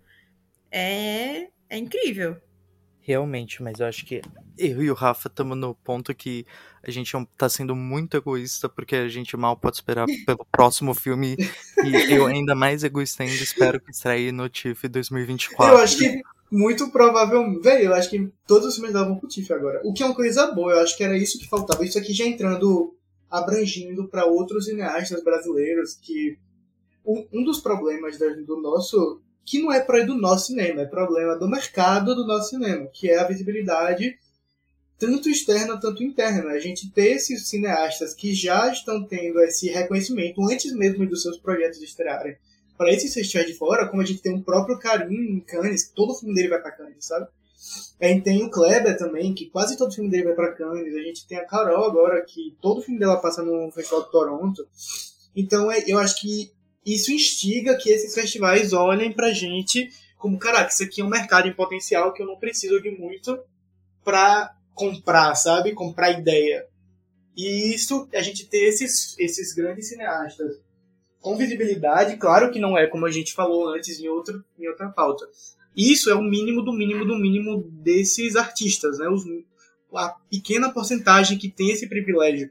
É, é incrível. Realmente, mas eu acho que eu e o Rafa estamos no ponto que a gente é um- tá sendo muito egoísta, porque a gente mal pode esperar pelo próximo filme. E eu, ainda mais egoísta ainda, espero que estreie no T I F dois mil e vinte e quatro. Eu acho que muito provavelmente. Velho, eu acho que todos os filmes davam pro T I F agora. O que é uma coisa boa, eu acho que era isso que faltava. Isso aqui já entrando, abrangindo para outros cineastas brasileiros, que um, um dos problemas da- do nosso. Que não é para do nosso cinema, é problema do mercado do nosso cinema, que é a visibilidade tanto externa, tanto interna. A gente ter esses cineastas que já estão tendo esse reconhecimento antes mesmo dos seus projetos estrearem para esses festivais de fora, como a gente tem um próprio Karim em Cannes, todo filme dele vai para Cannes, sabe? A gente tem o Kleber também, que quase todo filme dele vai para Cannes. A gente tem a Carol agora, que todo filme dela passa no Festival de Toronto. Então é, eu acho que isso instiga que esses festivais olhem pra gente como, caraca, isso aqui é um mercado em potencial que eu não preciso de muito pra comprar, sabe? Comprar ideia. E isso, a gente ter esses, esses grandes cineastas com visibilidade, claro que não é, como a gente falou antes em, outro, em outra pauta. Isso é o mínimo do mínimo do mínimo desses artistas, né? Os, a pequena porcentagem que tem esse privilégio.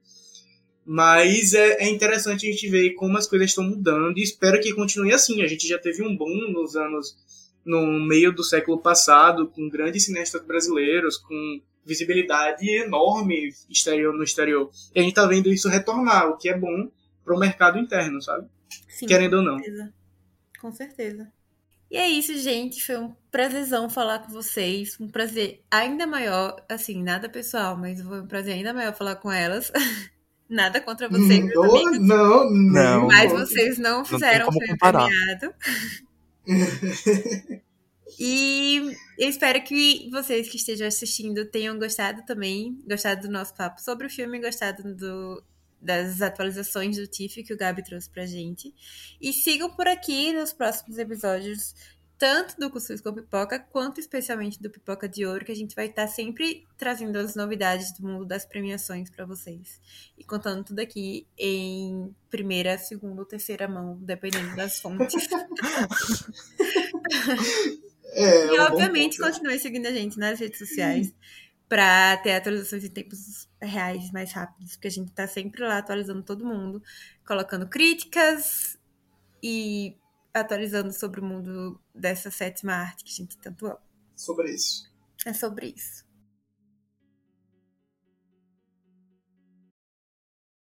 Mas é, é interessante a gente ver como as coisas estão mudando e espero que continue assim. A gente já teve um boom nos anos, no meio do século passado, com grandes cineastas brasileiros, com visibilidade enorme exterior, no exterior. E a gente tá vendo isso retornar, o que é bom pro mercado interno, sabe? Sim, Querendo com ou não. certeza. Com certeza. E é isso, gente. Foi um prazerzão falar com vocês. Um prazer ainda maior, assim, nada pessoal, mas foi um prazer ainda maior falar com elas. Nada contra vocês, meus Oh, amigos. não, Não. Mas não. vocês não Não tem fizeram o como filme comparar. premiado. E eu espero que vocês que estejam assistindo tenham gostado também, gostado do nosso papo sobre o filme, gostado do, das atualizações do T I F que o Gabi trouxe pra gente. E sigam por aqui nos próximos episódios, tanto do Cuscuz com Pipoca, quanto especialmente do Pipoca de Ouro, que a gente vai estar sempre trazendo as novidades do mundo das premiações pra vocês. E contando tudo aqui em primeira, segunda ou terceira mão, dependendo das fontes. É, E, é um bom obviamente, ponto. continue seguindo a gente nas redes sociais pra ter atualizações em tempos reais mais rápidos, porque a gente tá sempre lá atualizando todo mundo, colocando críticas e atualizando sobre o mundo dessa sétima arte que a gente tanto ama. Sobre isso. É sobre isso.